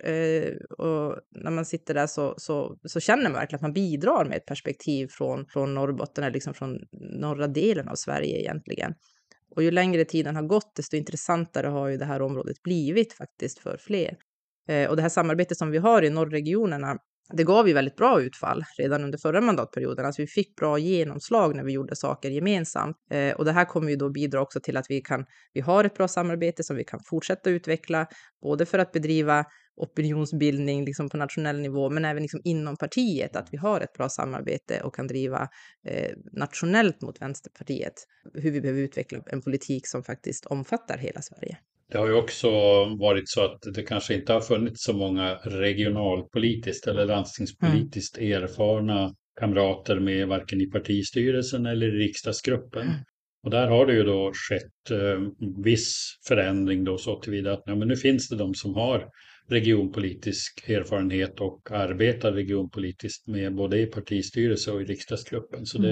Och när man sitter där så känner man verkligen att man bidrar med ett perspektiv från Norrbotten, eller liksom från norra delen av Sverige egentligen. Och ju längre tiden har gått, desto intressantare har ju det här området blivit faktiskt för fler. Och det här samarbetet som vi har i norrregionerna, det gav ju väldigt bra utfall redan under förra mandatperioden. Alltså vi fick bra genomslag när vi gjorde saker gemensamt. Och det här kommer ju då bidra också till att vi har ett bra samarbete som vi kan fortsätta utveckla. Både för att bedriva opinionsbildning liksom på nationell nivå, men även liksom inom partiet. Att vi har ett bra samarbete och kan driva nationellt mot Vänsterpartiet. Hur vi behöver utveckla en politik som faktiskt omfattar hela Sverige. Det har ju också varit så att det kanske inte har funnits så många regionalpolitiskt eller landstingspolitiskt erfarna kamrater med varken i partistyrelsen eller i riksdagsgruppen. Och där har det ju då skett viss förändring då så tillvida att men nu finns det de som har regionpolitisk erfarenhet och arbetar regionpolitiskt med både i partistyrelse och i riksdagsgruppen. Så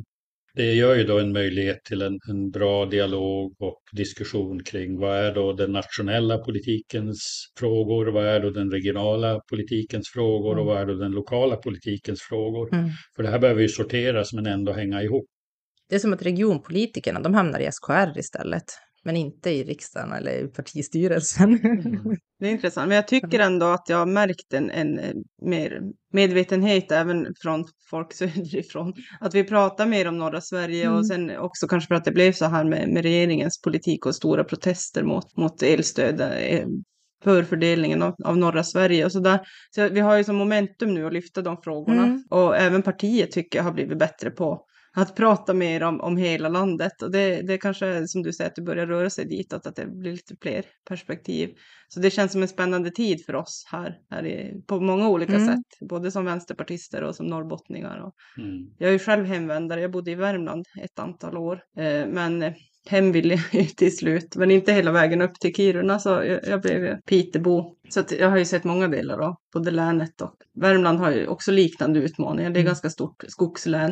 det gör ju då en möjlighet till en bra dialog och diskussion kring vad är då den nationella politikens frågor, vad är då den regionala politikens frågor och vad är då den lokala politikens frågor. För det här behöver ju sorteras men ändå hänga ihop. Det är som att regionpolitikerna, de hamnar i SKR istället, men inte i riksdagen eller i partistyrelsen. Det är intressant, men jag tycker ändå att jag har märkt en mer medvetenhet även från folk söderifrån. Att vi pratar mer om norra Sverige och sen också kanske för att det blev så här med regeringens politik och stora protester mot elstöd för fördelningen av norra Sverige och sådär. Så vi har ju som momentum nu att lyfta de frågorna. Och även partiet tycker jag har blivit bättre på att prata mer om hela landet. Och det kanske är som du säger att det börjar röra sig dit. Att det blir lite fler perspektiv. Så det känns som en spännande tid för oss här på många olika sätt. Både som vänsterpartister och som norrbottningar. Jag är ju själv hemvändare. Jag bodde i Värmland ett antal år. Men hem ville jag ju till slut. Men inte hela vägen upp till Kiruna. Så jag blev Pitebo. Så att jag har ju sett många delar av både länet och Värmland har ju också liknande utmaningar. Det är ganska stort skogslän.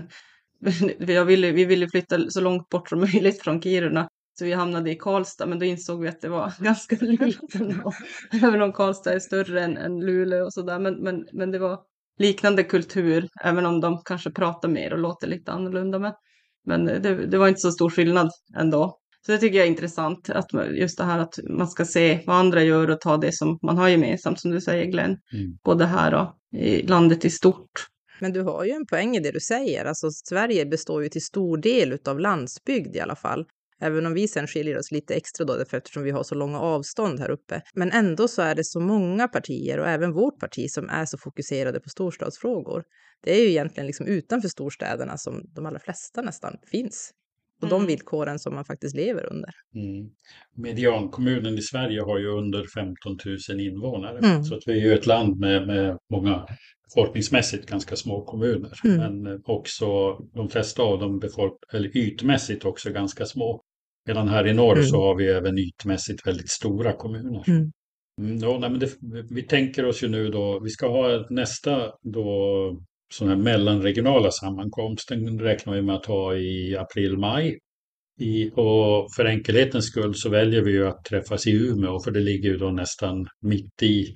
Vi ville flytta så långt bort som möjligt från Kiruna. Så vi hamnade i Karlstad. Men då insåg vi att det var ganska likt. Även om Karlstad är större än Luleå och sådär. Men det var liknande kultur. Även om de kanske pratar mer och låter lite annorlunda. Men det var inte så stor skillnad ändå. Så det tycker jag är intressant. Att just det här att man ska se vad andra gör och ta det som man har gemensamt. Som du säger Glenn. Både här och i landet i stort. Men du har ju en poäng i det du säger. Alltså Sverige består ju till stor del av landsbygd i alla fall. Även om vi sen skiljer oss lite extra då eftersom vi har så långa avstånd här uppe. Men ändå så är det så många partier och även vårt parti som är så fokuserade på storstadsfrågor. Det är ju egentligen liksom utanför storstäderna som de allra flesta nästan finns. Och de villkoren som man faktiskt lever under. Mediankommunen i Sverige har ju under 15 000 invånare. Så att vi är ju ett land med många befolkningsmässigt ganska små kommuner. Men också de flesta av dem ytmässigt också ganska små. Medan här i norr så har vi även ytmässigt väldigt stora kommuner. Vi tänker oss ju nu då, vi ska ha nästa då sån här mellanregionala sammankomst. Den räknar vi med att ha i april-maj. Och för enkelhetens skull så väljer vi ju att träffas i Umeå, för det ligger ju då nästan mitt i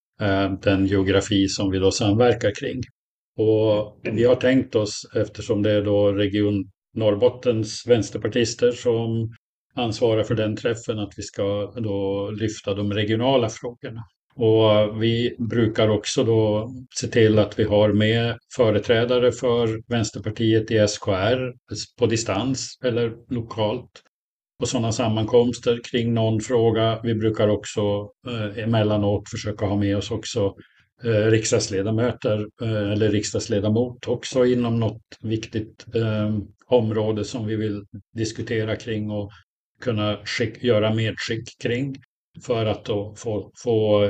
den geografi som vi då samverkar kring. Och vi har tänkt oss, eftersom det är då Region Norrbottens vänsterpartister som ansvarar för den träffen, att vi ska då lyfta de regionala frågorna. Och vi brukar också då se till att vi har med företrädare för Vänsterpartiet i SKR på distans eller lokalt på sådana sammankomster kring någon fråga. Vi brukar också emellanåt försöka ha med oss också riksdagsledamöter eller riksdagsledamot också inom något viktigt område som vi vill diskutera kring och kunna göra medskick kring, för att då få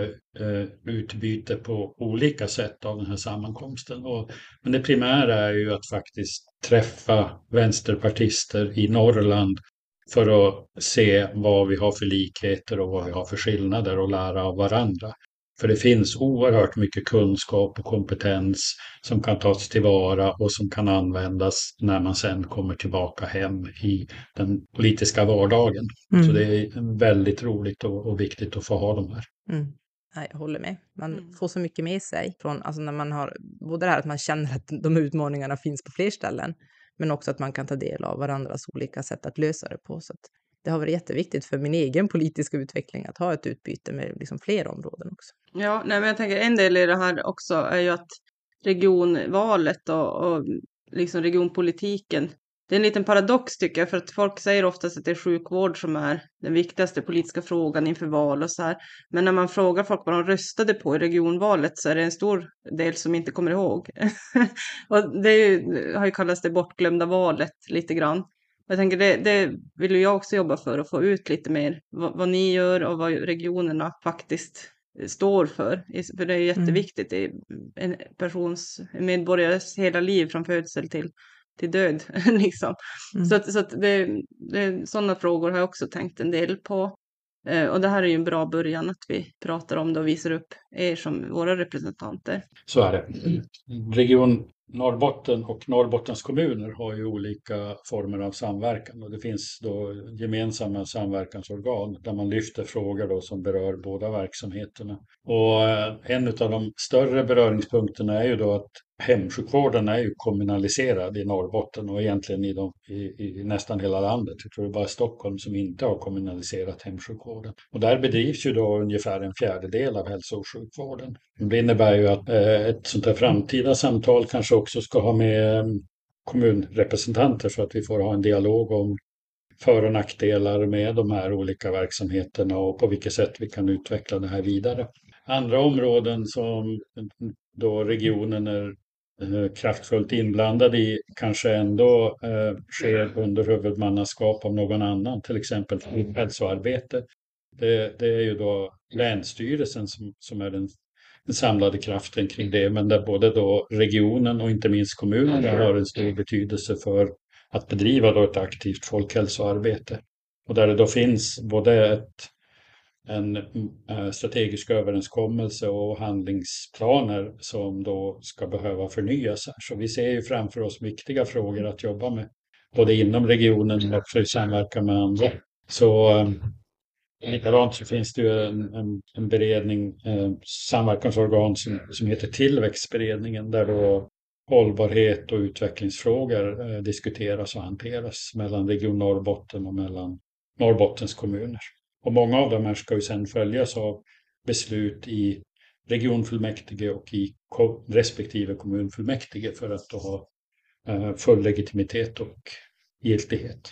utbyte på olika sätt av den här sammankomsten. Men det primära är ju att faktiskt träffa vänsterpartister i Norrland för att se vad vi har för likheter och vad vi har för skillnader och lära av varandra. För det finns oerhört mycket kunskap och kompetens som kan tas tillvara och som kan användas när man sen kommer tillbaka hem i den politiska vardagen. Så det är väldigt roligt och viktigt att få ha de här. Nej, jag håller med. Man får så mycket med sig från, alltså när man har både det här att man känner att de utmaningarna finns på fler ställen, men också att man kan ta del av varandras olika sätt att lösa det på. Så att det har varit jätteviktigt för min egen politiska utveckling att ha ett utbyte med liksom fler områden också. Ja, men jag tänker en del i det här också är ju att regionvalet och liksom regionpolitiken, det är en liten paradox tycker jag, för att folk säger oftast att det är sjukvård som är den viktigaste politiska frågan inför val och så här. Men när man frågar folk vad de röstade på i regionvalet så är det en stor del som inte kommer ihåg. Och det har ju kallats det bortglömda valet lite grann. Jag tänker det vill jag också jobba för, att få ut lite mer vad ni gör och vad regionerna faktiskt står för. För det är jätteviktigt i en medborgares hela liv från födsel till död. Liksom. Så att sådana frågor har jag också tänkt en del på. Och det här är ju en bra början att vi pratar om det och visar upp er som våra representanter. Så är det. Region Norrbotten och Norrbottens kommuner har ju olika former av samverkan, och det finns då gemensamma samverkansorgan där man lyfter frågor då som berör båda verksamheterna. Och en av de större beröringspunkterna är ju då att hemsjukvården är ju kommunaliserad i Norrbotten och egentligen i nästan hela landet. Jag tror det är bara Stockholm som inte har kommunaliserat hemsjukvården. Och där bedrivs ju då ungefär 1/4 av hälso- och sjukvården. Det innebär ju att ett sånt här framtida samtal kanske också ska ha med kommunrepresentanter, så att vi får ha en dialog om för- och nackdelar med de här olika verksamheterna och på vilket sätt vi kan utveckla det här vidare. Andra områden som då regionen är kraftfullt inblandad i kanske ändå sker under huvudmannaskap av någon annan, till exempel hälsoarbete. Det är ju då länsstyrelsen som är den samlade kraften kring det, men där både då regionen och inte minst kommunen har en stor betydelse för att bedriva då ett aktivt folkhälsoarbete. Och där det då finns både en strategisk överenskommelse och handlingsplaner som då ska behöva förnyas här. Så vi ser ju framför oss viktiga frågor att jobba med, både inom regionen och också i samverkan med andra. Så likadant så finns det ju en beredning, samverkansorgan som heter Tillväxtberedningen, där då hållbarhet och utvecklingsfrågor diskuteras och hanteras mellan Region Norrbotten och mellan Norrbottens kommuner. Och många av de här ska ju sedan följas av beslut i regionfullmäktige och i respektive kommunfullmäktige för att då ha full legitimitet och giltighet.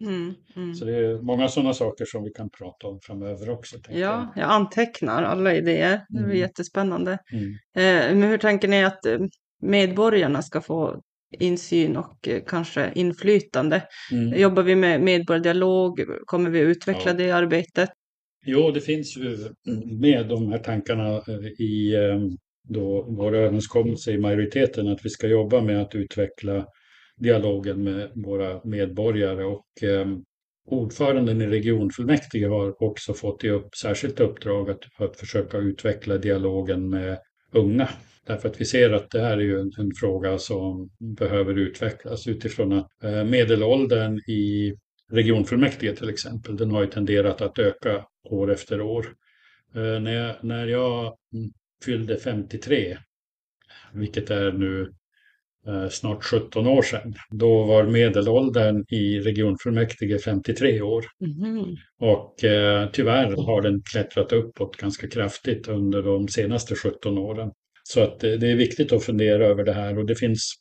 Så det är många sådana saker som vi kan prata om framöver också. Ja, jag antecknar alla idéer. Det är jättespännande. Men hur tänker ni att medborgarna ska få insyn och kanske inflytande? Jobbar vi med medborgardialog? Kommer vi utveckla det arbetet? Jo, det finns ju med de här tankarna i då vår överenskommelse i majoriteten, att vi ska jobba med att utveckla dialogen med våra medborgare, och ordföranden i regionfullmäktige har också fått i särskilt uppdrag att försöka utveckla dialogen med unga. Därför att vi ser att det här är ju en fråga som behöver utvecklas utifrån att medelåldern i regionfullmäktige till exempel, den har ju tenderat att öka år efter år. När jag fyllde 53, vilket är nu snart 17 år sedan, då var medelåldern i regionfullmäktige 53 år. Och tyvärr har den klättrat uppåt ganska kraftigt under de senaste 17 åren. Så att det är viktigt att fundera över det här, och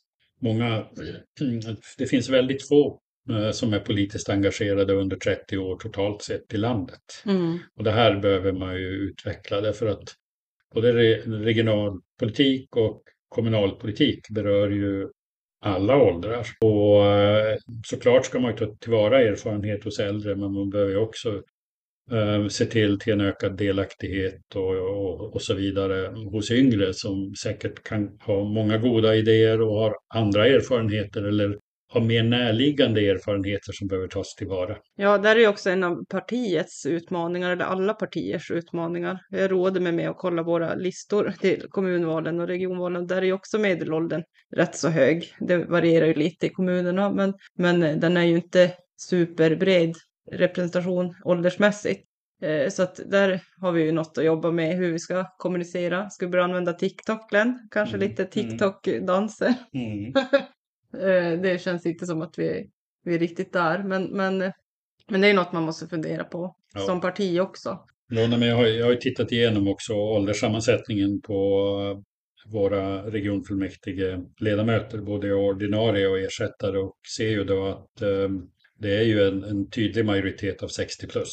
det finns väldigt få som är politiskt engagerade under 30 år totalt sett i landet. Och det här behöver man ju utveckla, därför att både regionalpolitik och kommunalpolitik berör ju alla åldrar. Och såklart ska man ju ta tillvara erfarenhet hos äldre, men man behöver ju också se till en ökad delaktighet och så vidare hos yngre som säkert kan ha många goda idéer och har andra erfarenheter eller har mer närliggande erfarenheter som behöver tas tillvara. Ja, där är ju också en av partiets utmaningar, eller alla partiers utmaningar. Jag råder mig med att kolla våra listor till kommunvalen och regionvalen. Där är ju också medelåldern rätt så hög. Det varierar ju lite i kommunerna, men den är ju inte superbred representation åldersmässigt. Så att där har vi ju något att jobba med, hur vi ska kommunicera. Ska vi börja använda TikTok, Glenn? Kanske lite TikTok-danser. Det känns inte som att vi är riktigt där. Men det är något man måste fundera på som parti också. Ja, men jag har ju tittat igenom också ålderssammansättningen på våra regionfullmäktige ledamöter, både ordinarie och ersättare, och ser ju då att det är ju en tydlig majoritet av 60 plus.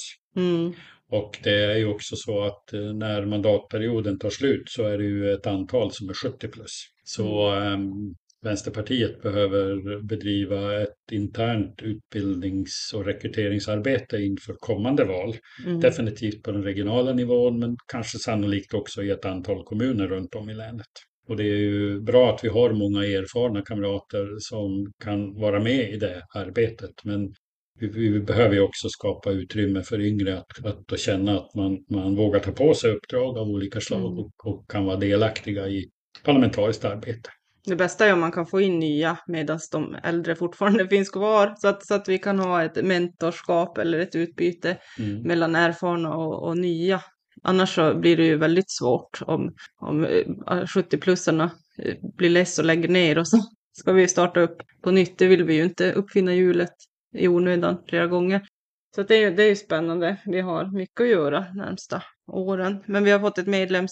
Och det är ju också så att när mandatperioden tar slut så är det ju ett antal som är 70 plus. Så Vänsterpartiet behöver bedriva ett internt utbildnings- och rekryteringsarbete inför kommande val. Definitivt på den regionala nivån, men kanske sannolikt också i ett antal kommuner runt om i länet. Och det är ju bra att vi har många erfarna kamrater som kan vara med i det arbetet. Men vi behöver ju också skapa utrymme för yngre att känna att man vågar ta på sig uppdrag av olika slag och kan vara delaktiga i parlamentariskt arbete. Det bästa är om man kan få in nya medan de äldre fortfarande finns kvar. Så att vi kan ha ett mentorskap eller ett utbyte mellan erfarna och nya. Annars så blir det ju väldigt svårt om 70-plussarna blir less och lägger ner, och så ska vi starta upp på nytt. Det vill vi ju inte, uppfinna hjulet i onödan flera gånger. Så att det är ju spännande. Vi har mycket att göra närmsta åren. Men vi har fått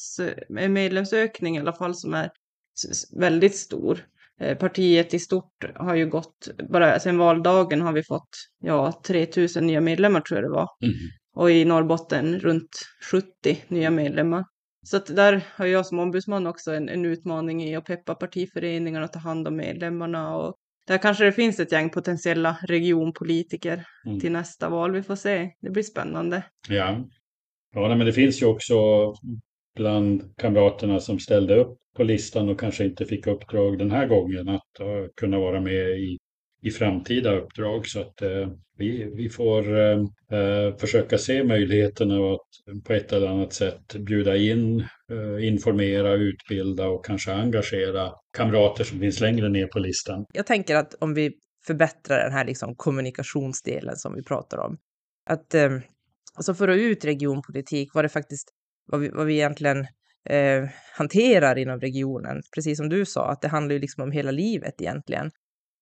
en medlemsökning i alla fall som är väldigt stor. Partiet i stort har ju gått, bara sedan valdagen har vi fått 3000 nya medlemmar tror jag det var. Och i Norrbotten runt 70 nya medlemmar. Så att där har jag som ombudsman också en utmaning i att peppa partiföreningarna och ta hand om medlemmarna. Och där kanske det finns ett gäng potentiella regionpolitiker till nästa val. Vi får se. Det blir spännande. Ja, men det finns ju också bland kamraterna som ställde upp på listan och kanske inte fick uppdrag den här gången att kunna vara med i framtida uppdrag. Så att vi får försöka se möjligheterna att på ett eller annat sätt bjuda in, informera, utbilda och kanske engagera kamrater som finns längre ner på listan. Jag tänker att om vi förbättrar den här liksom kommunikationsdelen som vi pratar om, att alltså för att ut regionpolitik var det faktiskt vad vi egentligen hanterar inom regionen. Precis som du sa, att det handlar ju liksom om hela livet egentligen.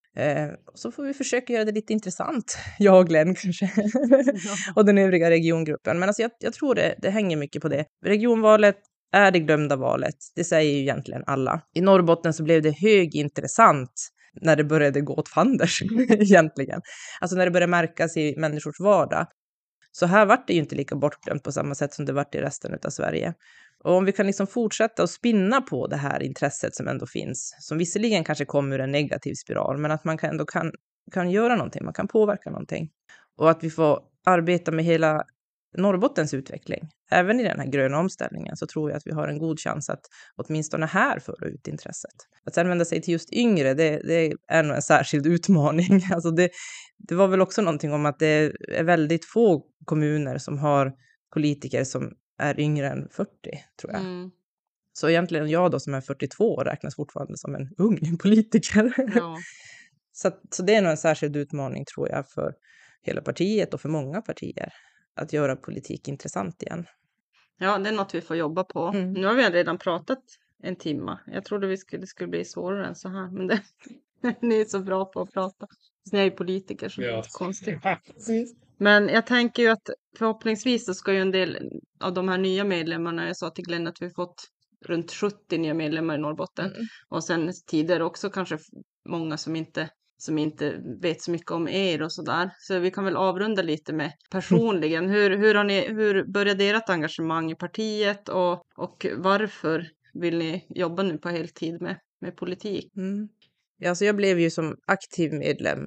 Så får vi försöka göra det lite intressant, jag och Glenn kanske, och den övriga regiongruppen. Men alltså jag tror det hänger mycket på det. Regionvalet är det glömda valet, det säger ju egentligen alla. I Norrbotten så blev det högintressant när det började gå åt fanders egentligen. Alltså när det började märkas i människors vardag. Så här vart det ju inte lika bortglömt på samma sätt som det vart i resten av Sverige. Och om vi kan liksom fortsätta att spinna på det här intresset som ändå finns, som visserligen kanske kommer ur en negativ spiral, men att man ändå kan göra någonting, man kan påverka någonting. Och att vi får arbeta med hela Norrbottens utveckling, även i den här gröna omställningen, så tror jag att vi har en god chans att åtminstone här föra ut intresset. Att sen vända sig till just yngre, det är nog en särskild utmaning. Alltså det var väl också någonting om att det är väldigt få kommuner som har politiker som är yngre än 40, tror jag. Så egentligen jag då som är 42 räknas fortfarande som en ung politiker. Ja. Så det är nog en särskild utmaning, tror jag, för hela partiet och för många partier. Att göra politik intressant igen. Ja, det är något vi får jobba på. Nu har vi redan pratat en timme. Jag trodde det skulle bli svårare än så här. Men ni är så bra på att prata. Ni är ju politiker, så det är inte konstigt. Men jag tänker ju att förhoppningsvis så ska ju en del av de här nya medlemmarna, jag sa till Glenn att vi har fått runt 70 nya medlemmar i Norrbotten. Och sen tidigare också kanske många som inte vet så mycket om er och sådär. Så vi kan väl avrunda lite med personligen. Hur började ert engagemang i partiet och varför vill ni jobba nu på heltid med politik? Ja, så jag blev ju som aktiv medlem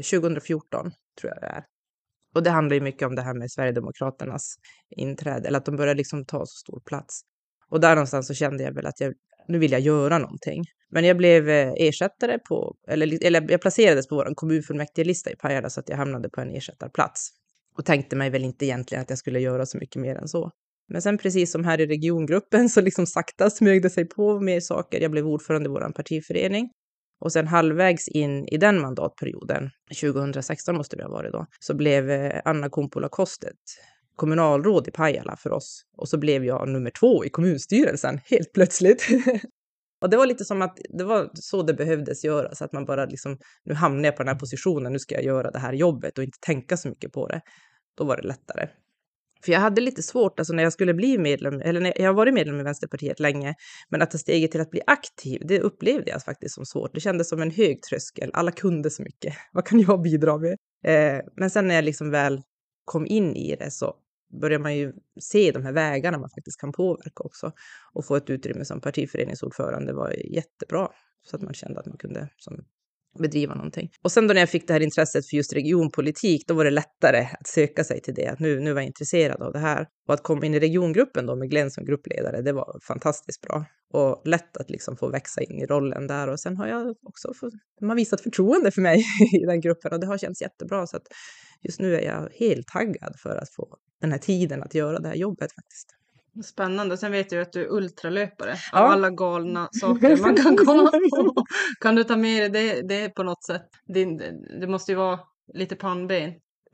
2014, tror jag det är. Och det handlar ju mycket om det här med Sverigedemokraternas inträde, eller att de började liksom ta så stor plats. Och där någonstans så kände jag väl att nu vill jag göra någonting. Men jag blev ersättare eller jag placerades på vår kommunfullmäktigelista i Pajala så att jag hamnade på en ersättarplats. Och tänkte mig väl inte egentligen att jag skulle göra så mycket mer än så. Men sen precis som här i regiongruppen så liksom sakta smögde sig på mer saker. Jag blev ordförande i vår partiförening. Och sen halvvägs in i den mandatperioden, 2016 måste det ha varit då, så blev Anna Kumpula Kostet kommunalråd i Pajala för oss. Och så blev jag nummer 2 i kommunstyrelsen, helt plötsligt. Och det var lite som att det var så det behövdes göra. Så att man bara liksom, nu hamnar jag på den här positionen, nu ska jag göra det här jobbet och inte tänka så mycket på det. Då var det lättare. För jag hade lite svårt, alltså när jag skulle bli medlem, eller jag har varit medlem i Vänsterpartiet länge, men att ta steget till att bli aktiv, det upplevde jag faktiskt som svårt. Det kändes som en hög tröskel, alla kunde så mycket. Vad kan jag bidra med? Men sen när jag liksom väl kom in i det så börjar man ju se de här vägarna man faktiskt kan påverka också. Och få ett utrymme som partiföreningsordförande var jättebra. Så att man kände att man kunde bedriva någonting. Och sen då när jag fick det här intresset för just regionpolitik, då var det lättare att söka sig till det. Att nu var jag intresserad av det här. Och att komma in i regiongruppen då med Glenn som gruppledare, det var fantastiskt bra. Och lätt att liksom få växa in i rollen där. Och sen har jag också de har visat förtroende för mig i den gruppen. Och det har känts jättebra. Så att just nu är jag helt taggad för att få den här tiden att göra det här jobbet faktiskt. Spännande. Sen vet jag att du är ultralöpare. Av alla galna saker man kan komma på. Kan du ta med dig det på något sätt? Det måste ju vara lite pannben.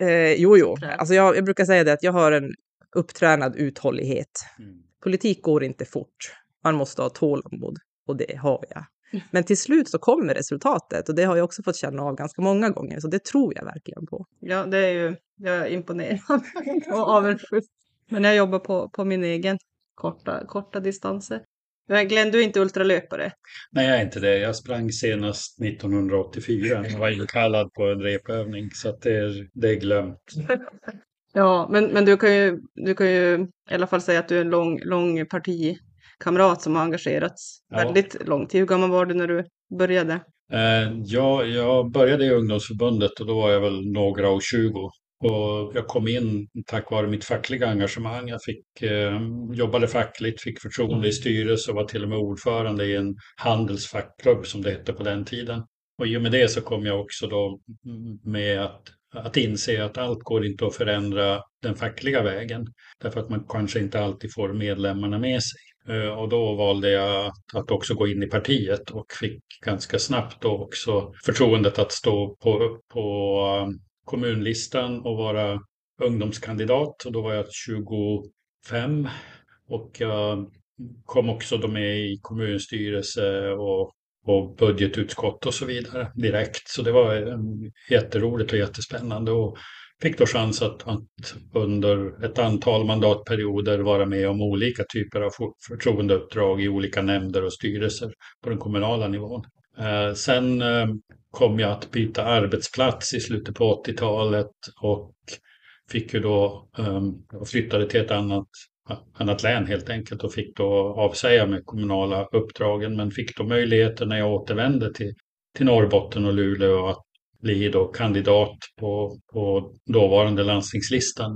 Jo. Alltså jag brukar säga det att jag har en upptränad uthållighet. Politik går inte fort. Man måste ha tålamod. Och det har jag. Men till slut så kommer resultatet. Och det har jag också fått känna av ganska många gånger. Så det tror jag verkligen på. Ja, det är ju jag är imponerad. Och avundsjuk. Men jag jobbar på min egen korta distanser. Glenn, du är inte ultralöpare? Nej, jag är inte det. Jag sprang senast 1984. Jag var inkallad på en repövning, så att det är glömt. Ja, men du kan ju i alla fall säga att du är en lång partikamrat som har engagerats väldigt lång tid. Hur gammal var du när du började? Jag började i ungdomsförbundet och då var jag väl några och 20. Och jag kom in tack vare mitt fackliga engagemang. Jag jobbade fackligt, fick förtroende i styrelse och var till och med ordförande i en handelsfackklubb som det hette på den tiden. Och i och med det så kom jag också då med att inse att allt går inte att förändra den fackliga vägen. Därför att man kanske inte alltid får medlemmarna med sig. Och då valde jag att också gå in i partiet och fick ganska snabbt då också förtroendet att stå på kommunlistan och vara ungdomskandidat. Och då var jag 25 och jag kom också då med i kommunstyrelse och budgetutskott och så vidare direkt. Så det var jätteroligt och jättespännande och fick då chans att under ett antal mandatperioder vara med om olika typer av förtroendeuppdrag i olika nämnder och styrelser på den kommunala nivån. Sen kom jag att byta arbetsplats i slutet på 80-talet och fick ju då flyttade till ett annat län helt enkelt och fick då avsäga med kommunala uppdragen, men fick då möjligheten när jag återvände till Norrbotten och Luleå att bli då kandidat på dåvarande landstingslistan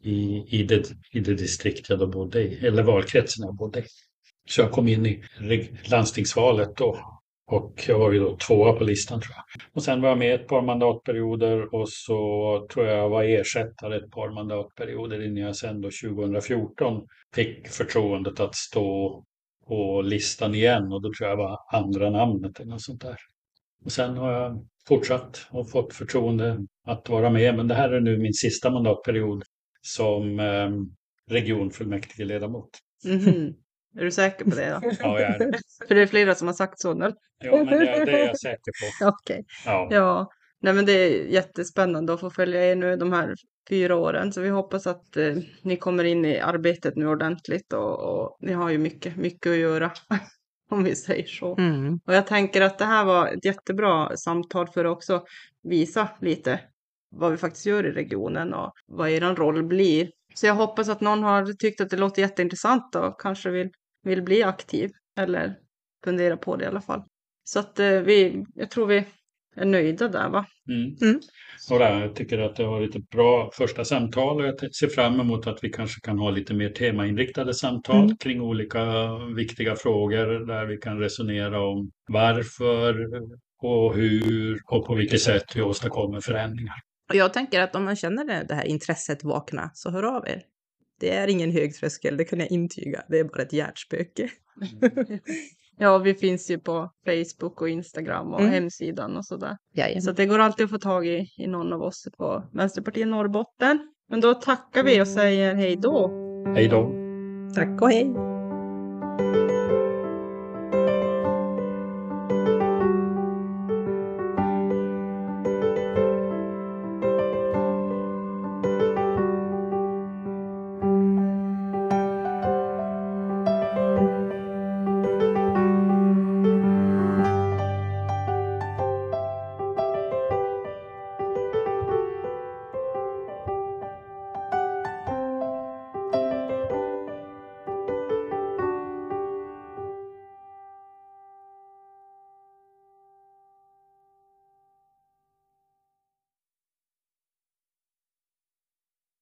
i det distrikt jag då bodde i, eller valkretsen jag bodde i. Så jag kom in i landstingsvalet då. Och jag var ju då 2:a på listan tror jag. Och sen var jag med ett par mandatperioder och så tror jag var ersättare ett par mandatperioder innan jag sen då 2014 fick förtroendet att stå på listan igen. Och då tror jag var andra namnet eller något sånt där. Och sen har jag fortsatt och fått förtroende att vara med. Men det här är nu min sista mandatperiod som regionfullmäktigeledamot. Mhm. Är du säker på det då? Ja, jag är det. För det är flera som har sagt så nu. Ja, men det är jag säker på. Okej. Ja. Ja, nej men det är jättespännande att få följa er nu de här 4 åren. Så vi hoppas att ni kommer in i arbetet nu ordentligt och ni har ju mycket att göra. Om vi säger så. Mm. Och jag tänker att det här var ett jättebra samtal för att också visa lite vad vi faktiskt gör i regionen och vad er roll blir. Så jag hoppas att någon har tyckt att det låter jätteintressant och kanske vill bli aktiv eller fundera på det i alla fall. Så att jag tror vi är nöjda där va? Och jag tycker att det har varit ett bra första samtal och jag ser fram emot att vi kanske kan ha lite mer temainriktade samtal kring olika viktiga frågor där vi kan resonera om varför och hur och på vilket sätt vi åstadkommer förändringar. Och jag tänker att om man känner det här intresset vakna så hör av er. Det är ingen hög tröskel, det kan jag intyga. Det är bara ett hjärtspöke. Ja, vi finns ju på Facebook och Instagram och hemsidan och sådär. Jajamän. Så det går alltid att få tag i någon av oss på Vänsterpartiet Norrbotten. Men då tackar vi och säger hej då. Hej då! Tack och hej!